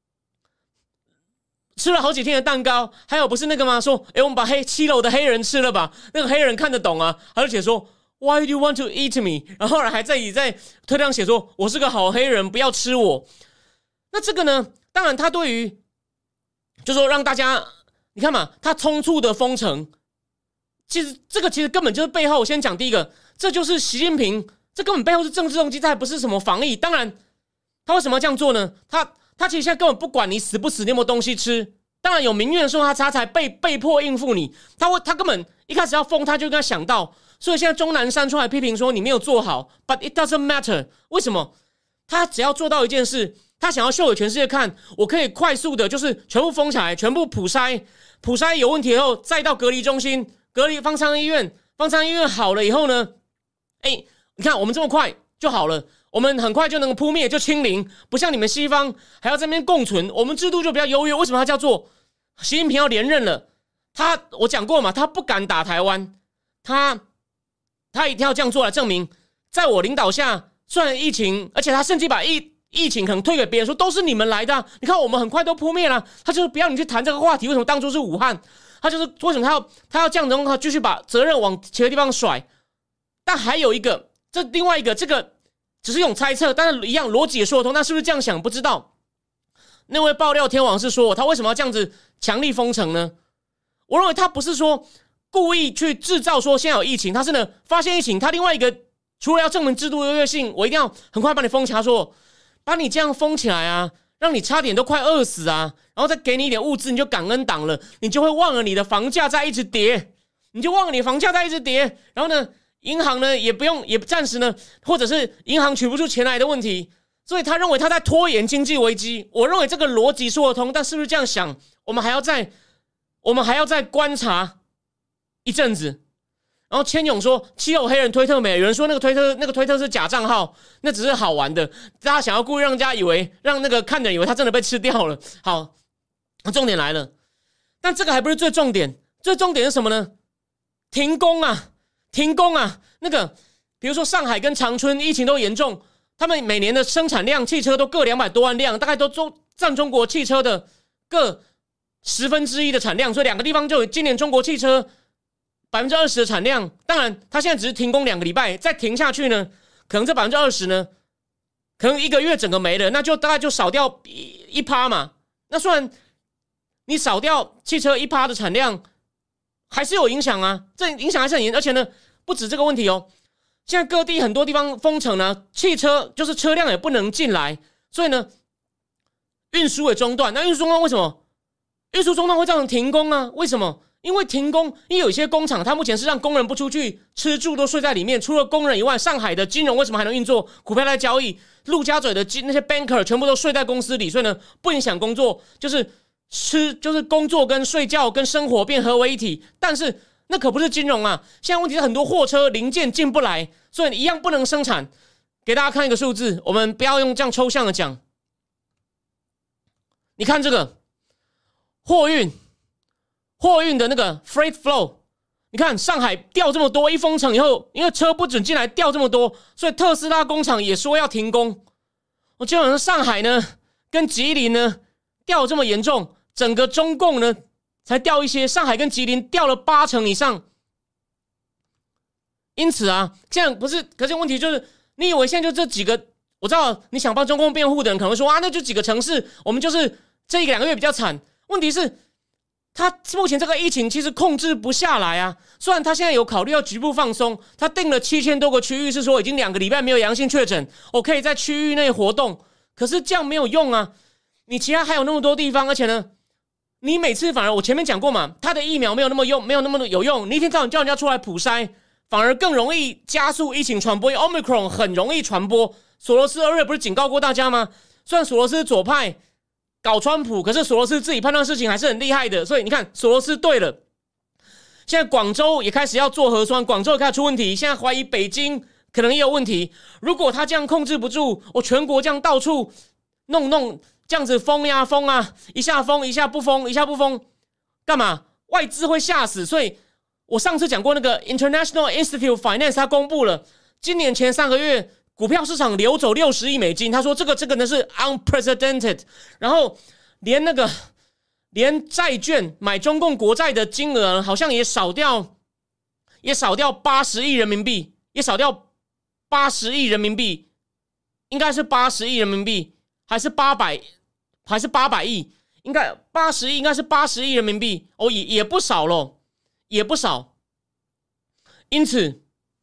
吃了好几天的蛋糕。还有不是那个吗？说诶我们把黑七楼的黑人吃了吧，那个黑人看得懂啊，他就写说Why do you want to eat me？ 然后后来还在在推特上写说：“我是个好黑人，不要吃我。”那这个呢？当然，他对于就说让大家你看嘛，他匆促的封城，其实这个其实根本就是背后。我先讲第一个，这就是习近平，这根本背后是政治动机，这还不是什么防疫。当然，他为什么要这样做呢？他他其实现在根本不管你死不死，你有没有东西吃。当然有民怨说他他才被被迫应付你，他会他根本一开始要封，他就跟他想到。所以现在钟南山出来批评说你没有做好 ，but it doesn't matter。为什么？他只要做到一件事，他想要秀给全世界看，我可以快速的，就是全部封起来，全部普筛，普筛有问题以后，再到隔离中心、隔离方舱医院，方舱医院好了以后呢，哎，你看我们这么快就好了，我们很快就能扑灭，就清零，不像你们西方还要在那边共存，我们制度就比较优越。为什么他叫做习近平要连任了？他我讲过嘛，他不敢打台湾，他。他一定要这样做来证明，在我领导下，虽然疫情，而且他甚至把疫疫情可能推给别人，说都是你们来的、啊。你看我们很快都扑灭了，他就是不要你去谈这个话题。为什么当初是武汉？他就是为什么他要他要这样子，他继续把责任往其他地方甩。但还有一个， 这另外一个，这个只是一种猜测，但是一样逻辑也说得通。那是不是这样想？不知道。那位爆料天王是说，他为什么要这样子强力封城呢？我认为他不是说故意去制造说现在有疫情，他是呢发现疫情，他另外一个除了要证明制度优越性，我一定要很快把你封起来，说把你这样封起来啊，让你差点都快饿死啊，然后再给你一点物资，你就感恩党了，你就会忘了你的房价在一直跌，你就忘了你房价在一直跌，然后呢，银行呢也不用也暂时呢，或者是银行取不出钱来的问题。所以他认为他在拖延经济危机，我认为这个逻辑说得通，但是不是这样想？我们还要再，我们还要再观察一阵子。然后千勇说，七有黑人推特没？有人说那个推特那个推特是假账号，那只是好玩的，大家想要故意让人家以为，让那个看的人以为他真的被吃掉了。好，重点来了，但这个还不是最重点，最重点是什么呢？停工啊，停工啊！那个比如说上海跟长春疫情都严重。他们每年的生产量，汽车都各两百多万辆，大概都占中国汽车的各十分之一的产量，所以两个地方就有今年中国汽车百分之二十的产量。当然，他现在只是停工两个礼拜，再停下去呢，可能这百分之二十呢，可能一个月整个没了，那就大概就少掉一趴嘛。那虽然你少掉汽车一趴的产量，还是有影响啊，这影响还是很严，而且呢，不止这个问题哦。现在各地很多地方封城呢，汽车就是车辆也不能进来，所以呢，运输也中断。那运输中断为什么？运输中断会造成停工啊？为什么？因为停工，因为有一些工厂，它目前是让工人不出去，吃住都睡在里面。除了工人以外，上海的金融为什么还能运作？股票在交易，陆家嘴的那些 banker 全部都睡在公司里，所以呢，不影响工作，就是吃，就是工作跟睡觉跟生活变合为一体。但是那可不是金融啊！现在问题是很多货车零件进不来，所以一样不能生产。给大家看一个数字，我们不要用这样抽象的讲。你看这个货运，货运的那个 freight flow， 你看上海掉这么多，一封城以后，因为车不准进来，掉这么多，所以特斯拉工厂也说要停工。我基本上上海呢，跟吉林呢掉这么严重，整个中共呢。才掉一些，上海跟吉林掉了八成以上，因此啊，这样不是，可是问题就是，你以为现在就这几个，我知道你想帮中共辩护的人可能会说啊，那就几个城市，我们就是这一两个月比较惨。问题是，他目前这个疫情其实控制不下来啊。虽然他现在有考虑要局部放松，他定了七千多个区域，是说已经两个礼拜没有阳性确诊，我可以在区域内活动，可是这样没有用啊。你其他还有那么多地方，而且呢。你每次反而我前面讲过嘛，他的疫苗没有那么用，没有那么有用。你一天到晚叫人家出来普筛，反而更容易加速疫情传播。因为 Omicron 很容易传播。索罗斯二月不是警告过大家吗？虽然索罗斯是左派搞川普，可是索罗斯自己判断事情还是很厉害的。所以你看，索罗斯对了。现在广州也开始要做核酸，广州也开始出问题，现在怀疑北京可能也有问题。如果他这样控制不住，我全国这样到处弄弄。这样子封呀封啊，一下封一下不封，一下不封，干嘛？外资会吓死。所以我上次讲过那个 International Institute of Finance， 他公布了今年前三个月股票市场流走六十亿美金，他说这个这个呢是 unprecedented， 然后连那个连债券买中共国债的金额好像也少掉，也少掉八十亿人民币，也少掉八十亿人民币，应该是八十亿人民币，还是八百？还是八百亿，应该八十亿，应该是八十亿人民币哦，也也不少咯，也不少。因此，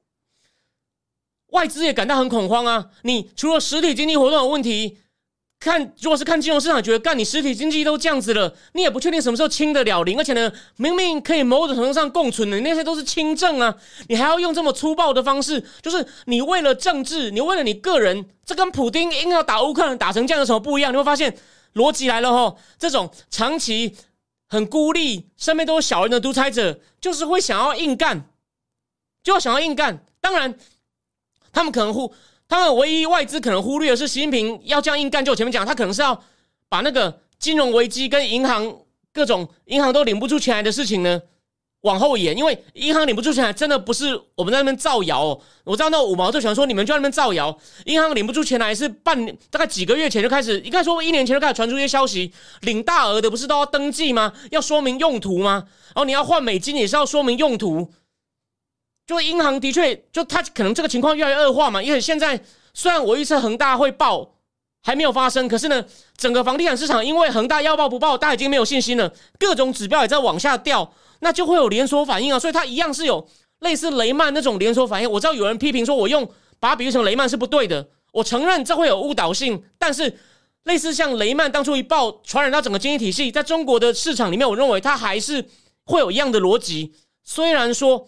外资也感到很恐慌啊！你除了实体经济活动有问题，看如果是看金融市场，觉得干你实体经济都这样子了，你也不确定什么时候清得了零，而且呢，明明可以某种程度上共存的，你那些都是轻症啊，你还要用这么粗暴的方式，就是你为了政治，你为了你个人，这跟普丁硬要打乌克兰打成这样有什么不一样？你会发现。逻辑来了齁，这种长期很孤立、身边都是小人的独裁者，就是会想要硬干，就要想要硬干。当然，他们可能忽，他们唯一外资可能忽略的是，习近平要这样硬干，就我前面讲，他可能是要把那个金融危机跟银行各种银行都领不出钱来的事情呢往后延，因为银行领不出钱来，真的不是我们在那边造谣哦。我知道那五毛最喜欢说你们就在那边造谣，银行领不出钱来是半年，大概几个月前就开始，应该说一年前就开始传出一些消息，领大额的不是都要登记吗？要说明用途吗？然后你要换美金也是要说明用途。 就银行的确就它可能这个情况越来越恶化嘛，因为现在虽然我预测恒大会爆还没有发生，可是呢，整个房地产市场因为恒大要爆不爆，大家已经没有信心了，各种指标也在往下掉，那就会有连锁反应啊，所以它一样是有类似雷曼那种连锁反应。我知道有人批评说我用把它比喻成雷曼是不对的，我承认这会有误导性，但是类似像雷曼当初一爆传染到整个经济体系，在中国的市场里面，我认为它还是会有一样的逻辑。虽然说，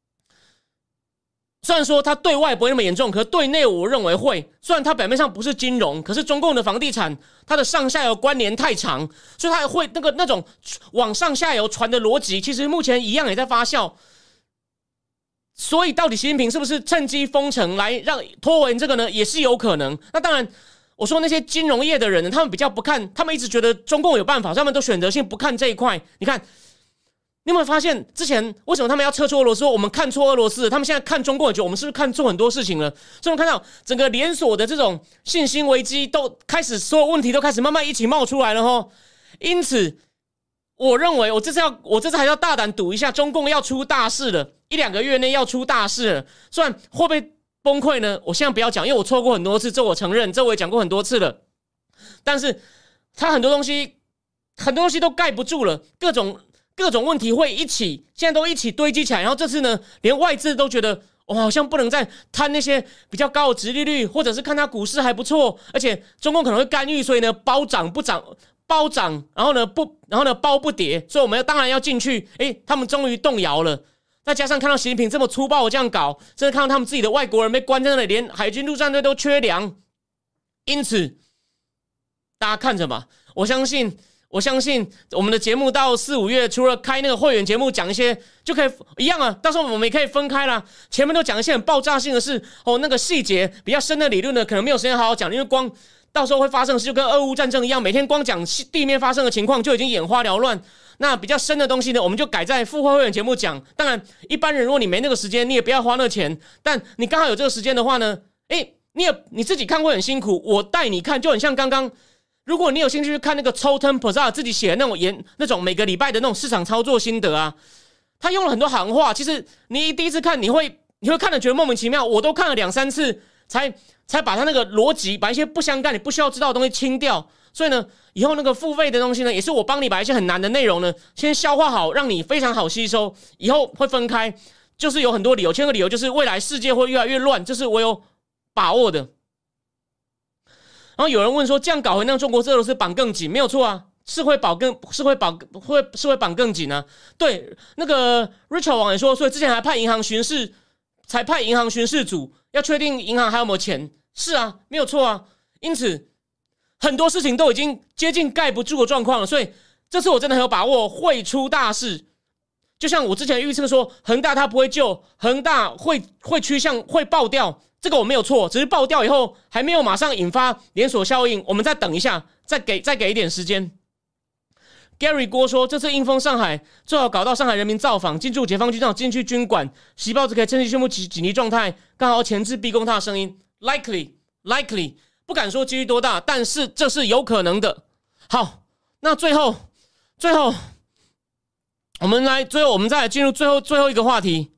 虽然说它对外不会那么严重，可是对内我认为会。虽然它表面上不是金融，可是中共的房地产它的上下游关联太长，所以它会那个那种往上下游传的逻辑，其实目前一样也在发酵。所以到底习近平是不是趁机封城来让拖延这个呢？也是有可能。那当然，我说那些金融业的人呢，他们比较不看，他们一直觉得中共有办法，所以他们都选择性不看这一块。你看，你有没有发现之前为什么他们要撤出俄罗斯？我们看错俄罗斯，他们现在看中共，我们是不是看错很多事情了？所以我们看到整个连锁的这种信心危机都开始，所有问题都开始慢慢一起冒出来了齁。因此，我认为我这次要，我这次还要大胆赌一下，中共要出大事了，一两个月内要出大事了。虽然会不会崩溃呢？我现在不要讲，因为我错过很多次，这我承认，这我也讲过很多次了。但是它很多东西，很多东西都盖不住了，各种各种问题会一起，现在都一起堆积起来。然后这次呢，连外资都觉得，我、哦、好像不能再贪那些比较高的殖利率，或者是看它股市还不错，而且中共可能会干预，所以呢，包涨不涨。包涨，然后呢不，然后呢包不跌，所以我们要当然要进去。诶，他们终于动摇了。再加上看到习近平这么粗暴的这样搞，真的看到他们自己的外国人被关在那里，连海军陆战队都缺粮。因此，大家看着吧。我相信，我相信我们的节目到四五月，除了开那个会员节目讲一些，就可以一样啊。到时候我们也可以分开啦。前面都讲一些很爆炸性的事，哦，那个细节比较深的理论呢，可能没有时间好好讲，因为光。到时候会发生的事就跟俄乌战争一样，每天光讲地面发生的情况就已经眼花缭乱。那比较深的东西呢，我们就改在付费会员节目讲。当然，一般人如果你没那个时间，你也不要花那个钱。但你刚好有这个时间的话呢，诶，你也你自己看会很辛苦，我带你看就很像刚刚。如果你有兴趣去看那个 Totem Plaza 自己写的那种研那种每个礼拜的那种市场操作心得啊，他用了很多行话。其实你第一次看，你会你会看得觉得莫名其妙。我都看了两三次才。才把他那个逻辑，把一些不相干、你不需要知道的东西清掉。所以呢，以后那个付费的东西呢，也是我帮你把一些很难的内容呢，先消化好，让你非常好吸收。以后会分开，就是有很多理由。第二个理由就是未来世界会越来越乱，这是我有把握的。然后有人问说，这样搞会让中国俄罗斯绑更紧？没有错啊，是会绑更是会绑会是会绑更紧啊。对，那个 Richard 网也说，所以之前还派银行巡视，才派银行巡视组要确定银行还有没有钱。是啊，没有错啊。因此，很多事情都已经接近盖不住的状况了，所以这次我真的很有把握会出大事。就像我之前预测说，恒大它不会救，恒大会会趋向会爆掉，这个我没有错，只是爆掉以后还没有马上引发连锁效应，我们再等一下，再给再给一点时间。Gary 郭说，这次硬封上海，最好搞到上海人民造访，进驻解放军长进去军管，习报纸可以趁机宣布紧急状态，刚好钳制逼宫他的声音。Likely, likely， 不敢说几率多大，但是这是有可能的。好，那最后，最后，我们来，最后我们再来进入最后最后一个话题。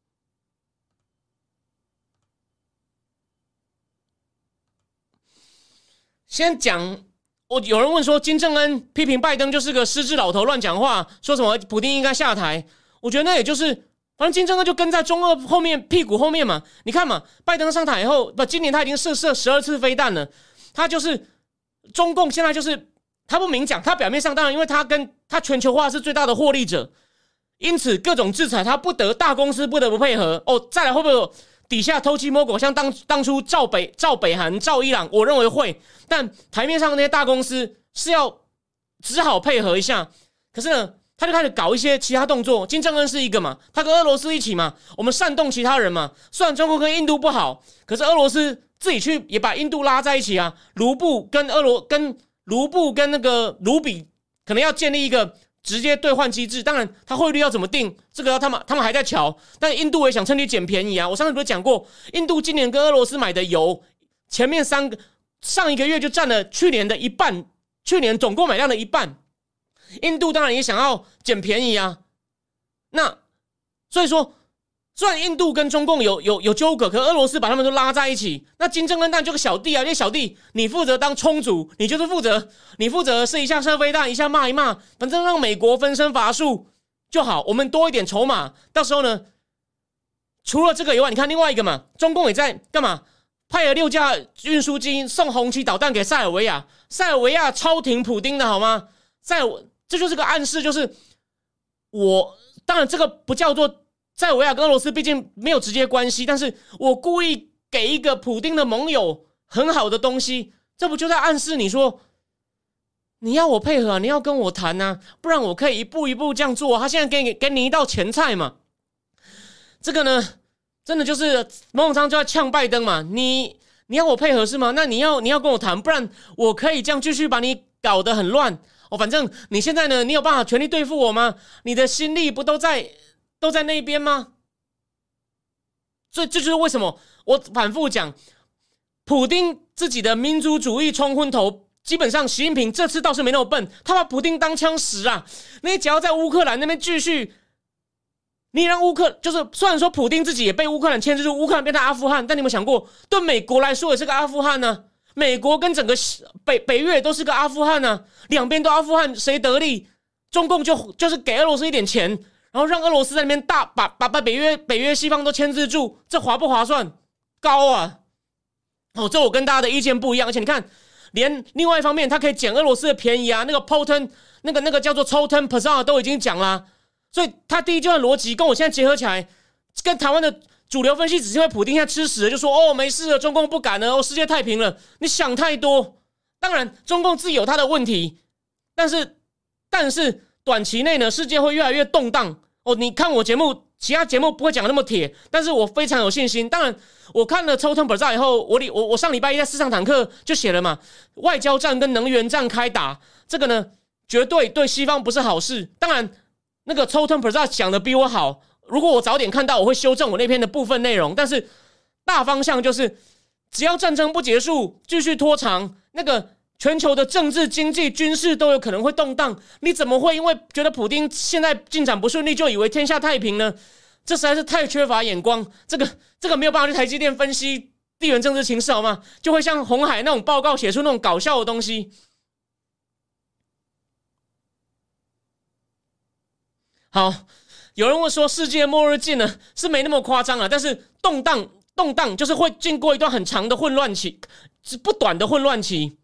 先讲，我有人问说，金正恩批评拜登就是个失智老头，乱讲话，说什么普丁应该下台。我觉得那也就是。反正金正恩就跟在中俄后面屁股后面嘛，你看嘛，拜登上台以后，不，今年他已经试射十二次飞弹了，他就是中共现在就是他不明讲，他表面上当然因为他跟他全球化是最大的获利者，因此各种制裁他不得大公司不得不配合哦。再来会不会有底下偷鸡摸狗，像当当初赵北赵北韩赵伊朗，我认为会，但台面上那些大公司是要只好配合一下，可是呢。他就开始搞一些其他动作，金正恩是一个嘛，他跟俄罗斯一起嘛，我们煽动其他人嘛。虽然中国跟印度不好，可是俄罗斯自己去也把印度拉在一起啊。卢布跟俄罗跟卢布跟那个卢比可能要建立一个直接兑换机制，当然他汇率要怎么定，这个他们他们还在瞧。但印度也想趁机捡便宜啊。我上次不是讲过，印度今年跟俄罗斯买的油，前面三个上一个月就占了去年的一半，去年总购买量的一半。印度当然也想要捡便宜啊，那所以说虽然印度跟中共有有有纠葛，可俄罗斯把他们都拉在一起。那金正恩当然就个小弟啊，因为小弟你负责当冲主，你就是负责你负责是一下射飞弹，一下骂一骂，反正让美国分身乏术就好。我们多一点筹码，到时候呢，除了这个以外，你看另外一个嘛，中共也在干嘛？派了六架运输机送红旗导弹给塞尔维亚，塞尔维亚超挺普丁的好吗？塞尔这就是个暗示，就是我当然这个不叫做。塞尔维亚跟俄罗斯毕竟没有直接关系，但是我故意给一个普丁的盟友很好的东西，这不就在暗示你说，你要我配合、啊，你要跟我谈啊，不然我可以一步一步这样做。他现在给你给你一道前菜嘛，这个呢，真的就是某种程度就要呛拜登嘛。你你要我配合是吗？那你要你要跟我谈，不然我可以这样继续把你搞得很乱哦。反正你现在呢，你有办法全力对付我吗？你的心力不都在？都在那边吗？所以这就是为什么我反复讲，普丁自己的民族主义冲昏头，基本上习近平这次倒是没那么笨，他把普丁当枪使啊！你只要在乌克兰那边继续，你让乌克就是虽然说普丁自己也被乌克兰牵制住，乌克兰变成阿富汗，但你有没有想过，对美国来说也是个阿富汗呢、啊？美国跟整个北北约都是个阿富汗呢、啊，两边都阿富汗，谁得利？中共就就是给俄罗斯一点钱。然后让俄罗斯在那边大把把把北约北约西方都牵制住，这划不划算？高啊！哦，这我跟大家的意见不一样，而且你看，连另外一方面，他可以捡俄罗斯的便宜啊，那个 Poten 那个那个叫做 Toten Pazar 都已经讲啦、啊，所以他第一阶段逻辑跟我现在结合起来，跟台湾的主流分析只是因为普丁现在吃屎了，就说哦没事了，中共不敢了，哦世界太平了，你想太多。当然，中共自己有他的问题，但是但是短期内呢，世界会越来越动荡。哦，你看我节目，其他节目不会讲那么铁，但是我非常有信心。当然，我看了抽 Bazaar 以后，我我我上礼拜一在市场坦克就写了嘛，外交战跟能源战开打，这个呢绝对对西方不是好事。当然，那个抽 Bazaar 讲的比我好，如果我早点看到，我会修正我那篇的部分内容。但是大方向就是，只要战争不结束，继续拖长，那个。全球的政治、经济、军事都有可能会动荡，你怎么会因为觉得普丁现在进展不顺利就以为天下太平呢？这实在是太缺乏眼光，这个这个没有办法去台积电分析地缘政治情势好吗？就会像鸿海那种报告写出那种搞笑的东西。好，有人会说世界末日近了，是没那么夸张啊，但是动荡动荡就是会经过一段很长的混乱期，是不短的混乱期。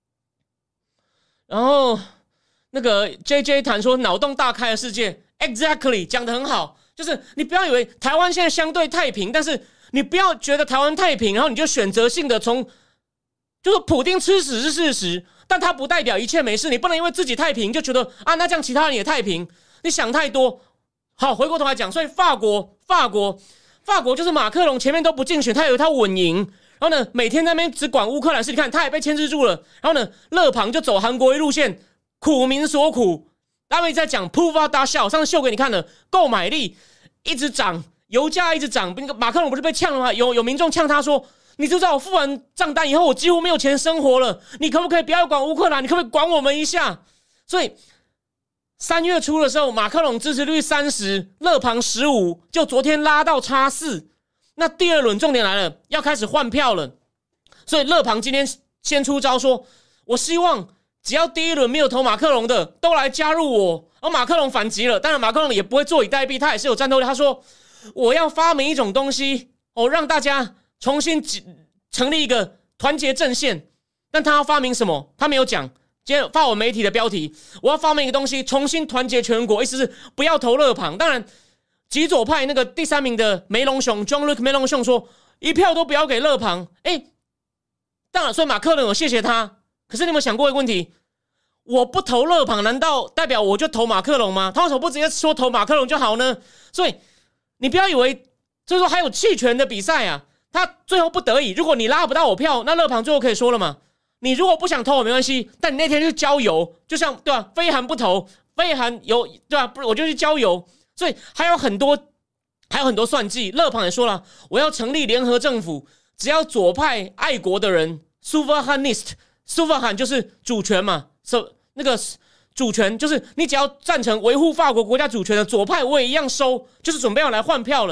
然后那个 J J 谈说脑洞大开的世界 ，exactly 讲得很好，就是你不要以为台湾现在相对太平，但是你不要觉得台湾太平，然后你就选择性的从，就是普丁吃屎是事实，但它不代表一切没事，你不能因为自己太平就觉得啊，那这样其他人也太平，你想太多。好，回过头来讲，所以法国，法国，法国就是马克龙前面都不竞选，他以为他稳赢。然后呢，每天在那边只管乌克兰事，你看他也被牵制住了。然后呢，勒庞就走韩国瑜路线，苦民所苦。他们一直在讲普发大笑，上次秀给你看了，购买力一直涨，油价一直涨。马克龙不是被呛了吗？有有民众呛他说：“你知道我付完账单以后，我几乎没有钱生活了。你可不可以不要管乌克兰？你可不可以管我们一下？”所以三月初的时候，马克龙支持率三十，勒庞十五，就昨天拉到差四。那第二轮重点来了，要开始换票了，所以勒庞今天先出招说，我希望只要第一轮没有投马克龙的都来加入我。而马克龙反击了，当然马克龙也不会坐以待毙，他也是有战斗力。他说我要发明一种东西，哦，让大家重新成立一个团结阵线。但他要发明什么？他没有讲。今天法文媒体的标题，我要发明一个东西，重新团结全国，意思是不要投勒庞。当然。极左派那个第三名的梅隆雄 Jean-Luc 梅隆雄说，一票都不要给勒庞。哎，当然，所以马克龙有谢谢他。可是你有没有想过一个问题？我不投勒庞，难道代表我就投马克龙吗？他为什么不直接说投马克龙就好呢？所以你不要以为，就是说还有弃权的比赛啊。他最后不得已，如果你拉不到我票，那勒庞最后可以说了嘛？你如果不想投我没关系，但你那天去郊游，就像对吧？非韩不投，非韩有对吧？不，我就去郊游。所以还有很多，还有很多算计。勒庞也说了，我要成立联合政府，只要左派爱国的人 ，Souverainist， Souverain 就是主权嘛，那个主权就是你只要赞成维护法国国家主权的左派，我也一样收，就是准备要来换票了。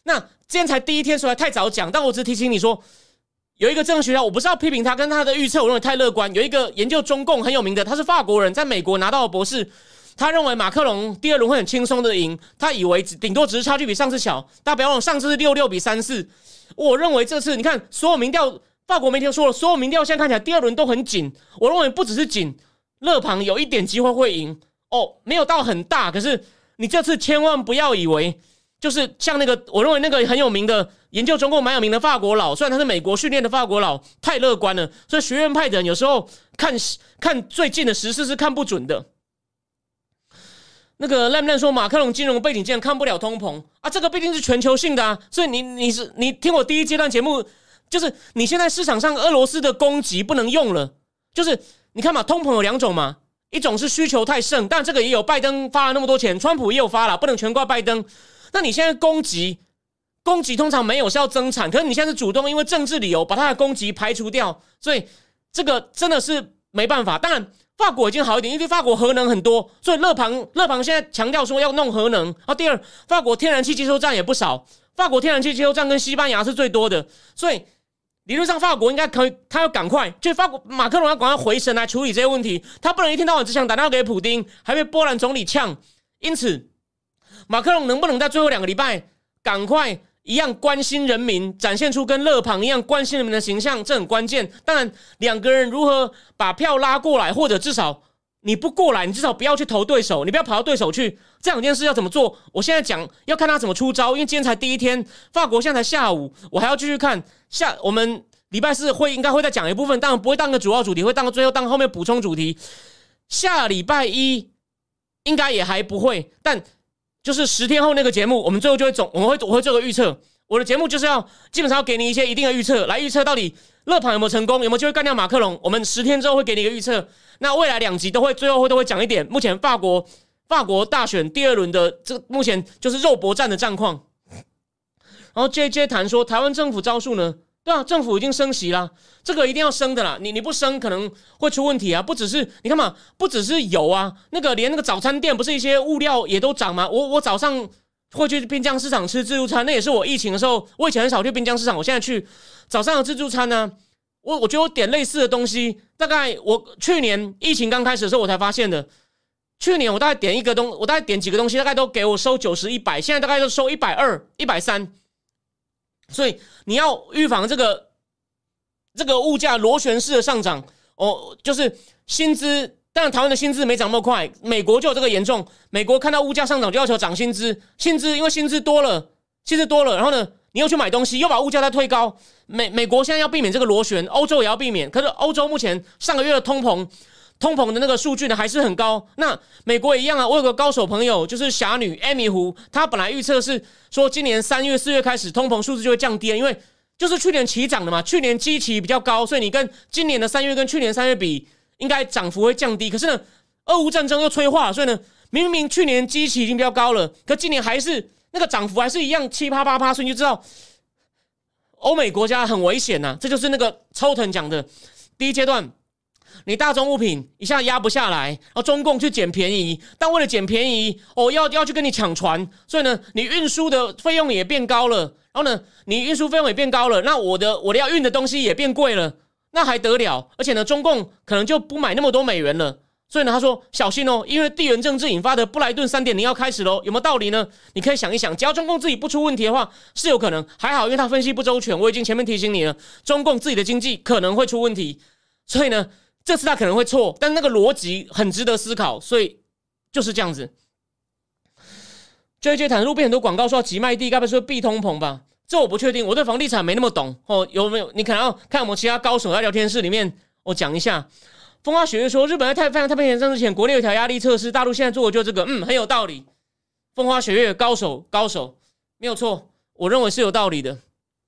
那今天才第一天，所以太早讲，但我只是提醒你说，有一个政治学家，我不是要批评他跟他的预测，我认为太乐观。有一个研究中共很有名的，他是法国人，在美国拿到了博士，他认为马克龙第二轮会很轻松的赢，他以为顶多只是差距比上次小，大家不要忘了上次是六六比三四。我认为这次你看所有民调，法国媒体都说了，所有民调现在看起来第二轮都很紧。我认为不只是紧，勒庞有一点机会会赢哦，没有到很大，可是你这次千万不要以为。就是像那个，我认为那个很有名的研究中共蛮有名的法国佬，虽然他是美国训练的法国佬，太乐观了，所以学院派的人有时候看看最近的时事是看不准的。那个烂烂说马克龙金融背景竟然看不了通膨啊，这个毕竟是全球性的啊，所以你你是你听我第一阶段节目，就是你现在市场上俄罗斯的供给不能用了，就是你看嘛，通膨有两种嘛，一种是需求太盛，但这个也有拜登发了那么多钱，川普也有发了，不能全怪拜登。那你现在供给，供给通常没有是要增产，可是你现在是主动因为政治理由把它的供给排除掉，所以这个真的是没办法。当然，法国已经好一点，因为法国核能很多，所以勒庞勒庞现在强调说要弄核能。然后第二，法国天然气接收站也不少，法国天然气接收站跟西班牙是最多的，所以理论上法国应该可以，他要赶快，就法国马克龙要赶快回神来处理这些问题，他不能一天到晚只想打电话给普丁，还被波兰总理呛，因此。马克龙能不能在最后两个礼拜赶快一样关心人民，展现出跟勒庞一样关心人民的形象，这很关键。当然，两个人如何把票拉过来，或者至少你不过来，你至少不要去投对手，你不要跑到对手去。这两件事要怎么做？我现在讲要看他怎么出招，因为今天才第一天，法国现在才下午，我还要继续看下。我们礼拜四会应该会再讲一部分，当然不会当个主要主题，会当个最后当后面补充主题。下礼拜一应该也还不会，但。就是十天后那个节目，我们最后就会总，我们会我会做个预测。我的节目就是要基本上要给你一些一定的预测，来预测到底勒庞有没有成功，有没有机会干掉马克龙。我们十天之后会给你一个预测。那未来两集都会最后会都会讲一点，目前法国法国大选第二轮的这目前就是肉搏战的战况。然后 J J 谈说台湾政府招数呢？对啊，政府已经升息啦，这个一定要升的啦。你你不升可能会出问题啊。不只是你看嘛，不只是油啊，那个连那个早餐店不是一些物料也都涨吗？我我早上会去滨江市场吃自助餐，那也是我疫情的时候，我以前很少去滨江市场，我现在去早上的自助餐呢、啊，我我觉得我点类似的东西，大概我去年疫情刚开始的时候我才发现的。去年我大概点一个东，我大概点几个东西，大概都给我收九十、一百，现在大概都收一百二、一百三。所以你要预防这个这个物价螺旋式的上涨哦，就是薪资，当然台湾的薪资没涨那么快，美国就有这个严重。美国看到物价上涨就要求涨薪资，薪资因为薪资多了，薪资多了，然后呢，你又去买东西，又把物价再推高。美美国现在要避免这个螺旋，欧洲也要避免。可是欧洲目前上个月的通膨。通膨的那个数据呢还是很高，那美国也一样啊。我有个高手朋友，就是侠女艾米胡，她本来预测是说今年三月、四月开始通膨数字就会降低，因为就是去年起涨的嘛，去年基期比较高，所以你跟今年的三月跟去年三月比，应该涨幅会降低。可是呢，俄乌战争又催化，所以呢，明明去年基期已经比较高了，可今年还是那个涨幅还是一样七趴八趴，所以你就知道欧美国家很危险呐、啊。这就是那个抽腾讲的第一阶段。你大宗物品一下压不下来，然后中共去捡便宜，但为了捡便宜，哦，要要去跟你抢船，所以呢，你运输的费用也变高了，然后呢，你运输费用也变高了，那我的我的要运的东西也变贵了，那还得了？而且呢，中共可能就不买那么多美元了，所以呢，他说小心哦，因为地缘政治引发的布莱顿 三点零 要开始咯，有没有道理呢？你可以想一想，只要中共自己不出问题的话，是有可能，还好，因为他分析不周全，我已经前面提醒你了，中共自己的经济可能会出问题，所以呢。这次他可能会错，但那个逻辑很值得思考，所以就是这样子。J J 谈路边很多广告说要急卖地，该不是说避通膨吧？这我不确定，我对房地产没那么懂哦。有没有？你可能要看我们其他高手在聊天室里面，我讲一下。风花雪月说，日本在太太平洋战之前，国内有一条压力测试，大陆现在做的就是这个，嗯，很有道理。风花雪月高手高手没有错，我认为是有道理的。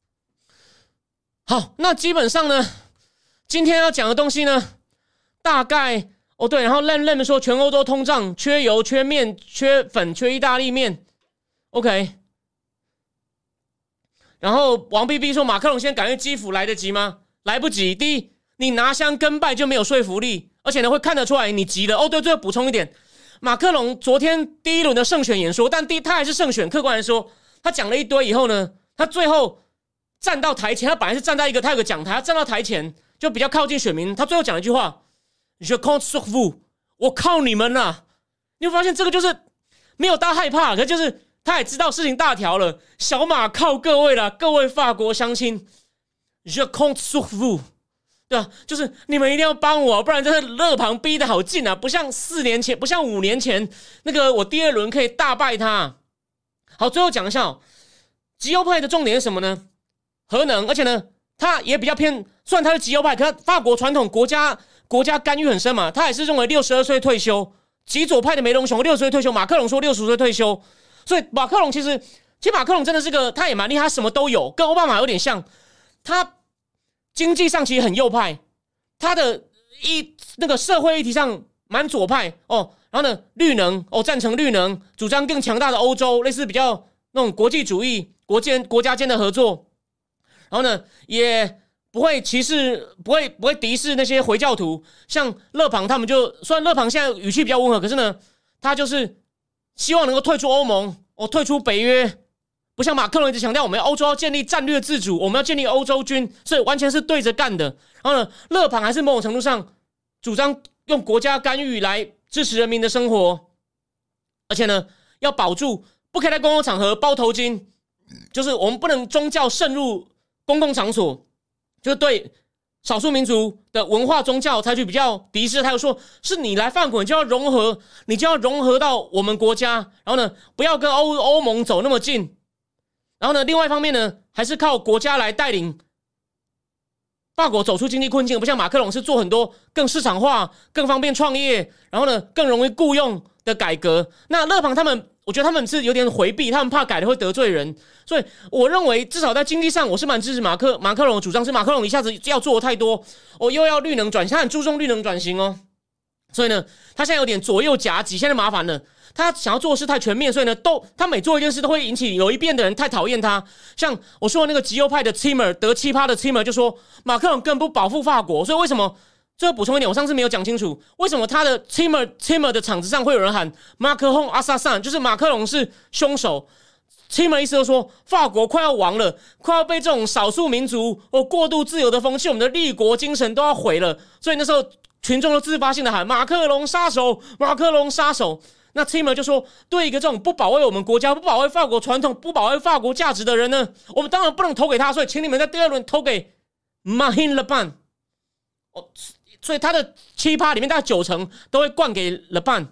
好，那基本上呢，今天要讲的东西呢。大概哦对，然后 Lem Lem 说全欧洲通胀，缺油、缺面、缺粉、缺意大利面 ，OK。然后王 B B 说马克龙现在赶去基辅来得及吗？来不及。第一，你拿香跟拜就没有说服力，而且呢会看得出来你急了。哦对，最后补充一点，马克龙昨天第一轮的胜选演说，但第他还是胜选，客观来说， 他讲了一堆以后呢，他最后站到台前，他本来是站在一个他有个讲台，他站到台前就比较靠近选民，他最后讲了一句话 ：“Je compte sur vous， 我靠你们啦！”你会发现这个就是没有大家害怕，可是就是他也知道事情大条了，小马靠各位了，各位法国乡亲 ，Je compte sur vous。对啊，就是你们一定要帮我，不然这是勒庞逼得好近啊！不像四年前，不像五年前那个我第二轮可以大败他。好，最后讲一下、哦，极右派的重点是什么呢？核能，而且呢，他也比较偏，虽然他是极右派，可是法国传统国家国家干预很深嘛，他也是认为六十二岁退休。极左派的梅隆雄六十岁退休，马克龙说六十岁退休，所以马克龙其实，其实马克龙真的是个，他也蛮厉害，他什么都有，跟奥巴马有点像，他。经济上其实很右派，他的一那个社会议题上蛮左派哦，然后呢，绿能哦赞成绿能，主张更强大的欧洲，类似比较那种国际主义、国间国家间的合作，然后呢也不会歧视，不会不会敌视那些回教徒，像勒庞他们就虽然勒庞现在语气比较温和，可是呢，他就是希望能够退出欧盟，哦退出北约。不像马克龙一直强调，我们欧洲要建立战略自主，我们要建立欧洲军，所以完全是对着干的。然后呢，勒庞还是某种程度上主张用国家干预来支持人民的生活，而且呢，要保住不可以在公共场合包头巾，就是我们不能宗教渗入公共场所，就是对少数民族的文化宗教采取比较敌视，他又说是你来法国，你就要融合，你就要融合到我们国家，然后呢，不要跟欧欧盟走那么近。然后呢，另外一方面呢，还是靠国家来带领法国走出经济困境，不像马克龙是做很多更市场化、更方便创业，然后呢更容易雇用的改革。那勒庞他们，我觉得他们是有点回避，他们怕改了会得罪人，所以我认为至少在经济上，我是蛮支持马克马克龙的主张。是马克龙一下子要做的太多，我、哦、又要绿能转型，他很注重绿能转型哦，所以呢，他现在有点左右夹击，现在麻烦了。他想要做的事太全面，所以呢，都他每做一件事都会引起有一边的人太讨厌他。像我说的那个极右派的 Timmer 得七趴的 Timmer 就说马克龙更不保护法国，所以为什么？最后补充一点，我上次没有讲清楚，为什么他的 Timmer Timmer 的场子上会有人喊马克龙阿萨桑，就是马克龙是凶手。Timmer 意思就是说，法国快要亡了，快要被这种少数民族或过度自由的风气，我们的立国精神都要毁了。所以那时候群众都自发性的喊马克龙杀手，马克龙杀手。那 Timmer 就说，对一个这种不保卫我们国家、不保卫法国传统、不保卫法国价值的人呢，我们当然不能投给他，所以请你们在第二轮投给 Marine Le Pen。哦，所以他的七趴里面大概九成都会灌给 Le Pen。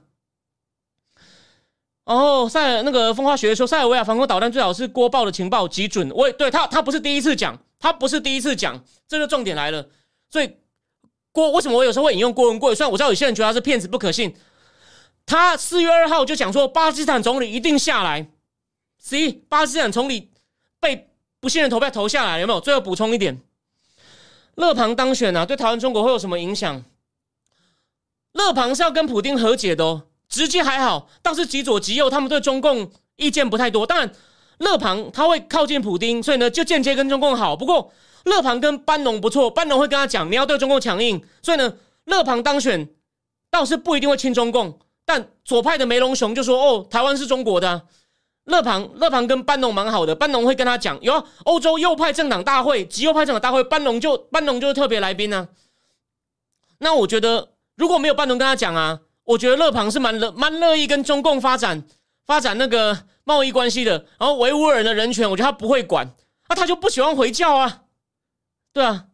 然后塞那个风花雪月说，塞尔维亚防空导弹最好是郭报的情报极准。我也对他，他不是第一次讲，他不是第一次讲，这就重点来了。所以郭为什么我有时候会引用郭文贵？虽然我知道有些人觉得他是骗子不可信。他四月二号就讲说，巴基斯坦总理一定下来。十一，巴基斯坦总理被不信任投票投下来，有没有？最后补充一点，勒庞当选啊，对台湾中国会有什么影响？勒庞是要跟普丁和解的哦，直接还好，倒是极左极右他们对中共意见不太多。当然，勒庞他会靠近普丁，所以呢就间接跟中共好。不过勒庞跟班农不错，班农会跟他讲你要对中共强硬，所以呢勒庞当选倒是不一定会亲中共。但左派的梅隆雄就说：“哦，台湾是中国的、啊。”勒庞勒庞跟班农蛮好的，班农会跟他讲，有、啊、欧洲右派政党大会、极右派政党大会，班农就班农就是特别来宾啊。那我觉得如果没有班农跟他讲啊，我觉得勒庞是蛮乐蛮乐意跟中共发展发展那个贸易关系的。然后维吾尔人的人权，我觉得他不会管，啊，他就不喜欢回教啊，对啊。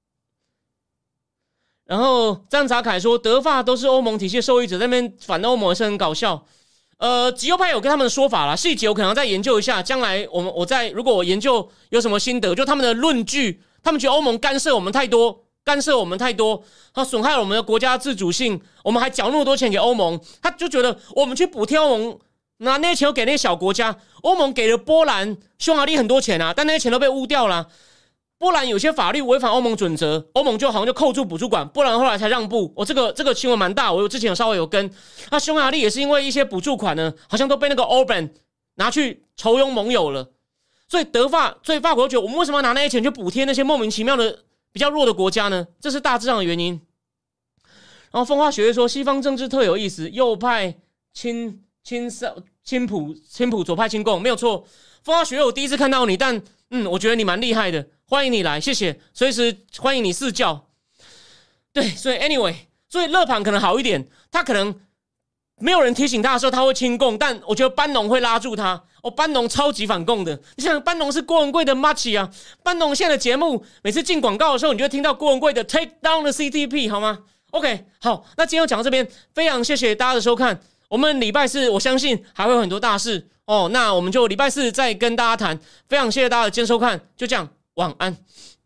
然后张扎凯说，德法都是欧盟体系受益者，在那边反欧盟是很搞笑。呃，极右派有跟他们的说法啦，细节我可能要再研究一下。将来我们我在如果我研究有什么心得，就他们的论据，他们觉得欧盟干涉我们太多，干涉我们太多，他损害了我们的国家自主性，我们还缴那么多钱给欧盟，他就觉得我们去补贴欧盟，拿那些钱给那些小国家，欧盟给了波兰、匈牙利很多钱啊，但那些钱都被污掉了。波兰有些法律违反欧盟准则，欧盟就好像就扣住补助款，波兰后来才让步。我、哦、这个这个新闻蛮大，我之前有稍微有跟。那匈牙利也是因为一些补助款呢，好像都被那个 Orban 拿去酬庸盟友了。所以德法，所以法国觉得我们为什么要拿那些钱去补贴那些莫名其妙的比较弱的国家呢？这是大致上的原因。然后风花雪月说，西方政治特有意思，右派亲亲少。亲普亲普左派亲共没有错， 风花雪月我第一次看到你，但嗯，我觉得你蛮厉害的，欢迎你来，谢谢，随时欢迎你赐教。对，所以 anyway， 所以勒庞可能好一点，他可能没有人提醒他的时候他会轻共，但我觉得班农会拉住他。哦，班农超级反共的，你想班农是郭文贵的 Machi 啊，班农现在的节目每次进广告的时候，你就会听到郭文贵的 Take Down the C T P 好吗 ？OK， 好，那今天我讲到这边，非常谢谢大家的收看。我们礼拜四我相信还会有很多大事哦，那我们就礼拜四再跟大家谈。非常谢谢大家的今天收看，就这样，晚安。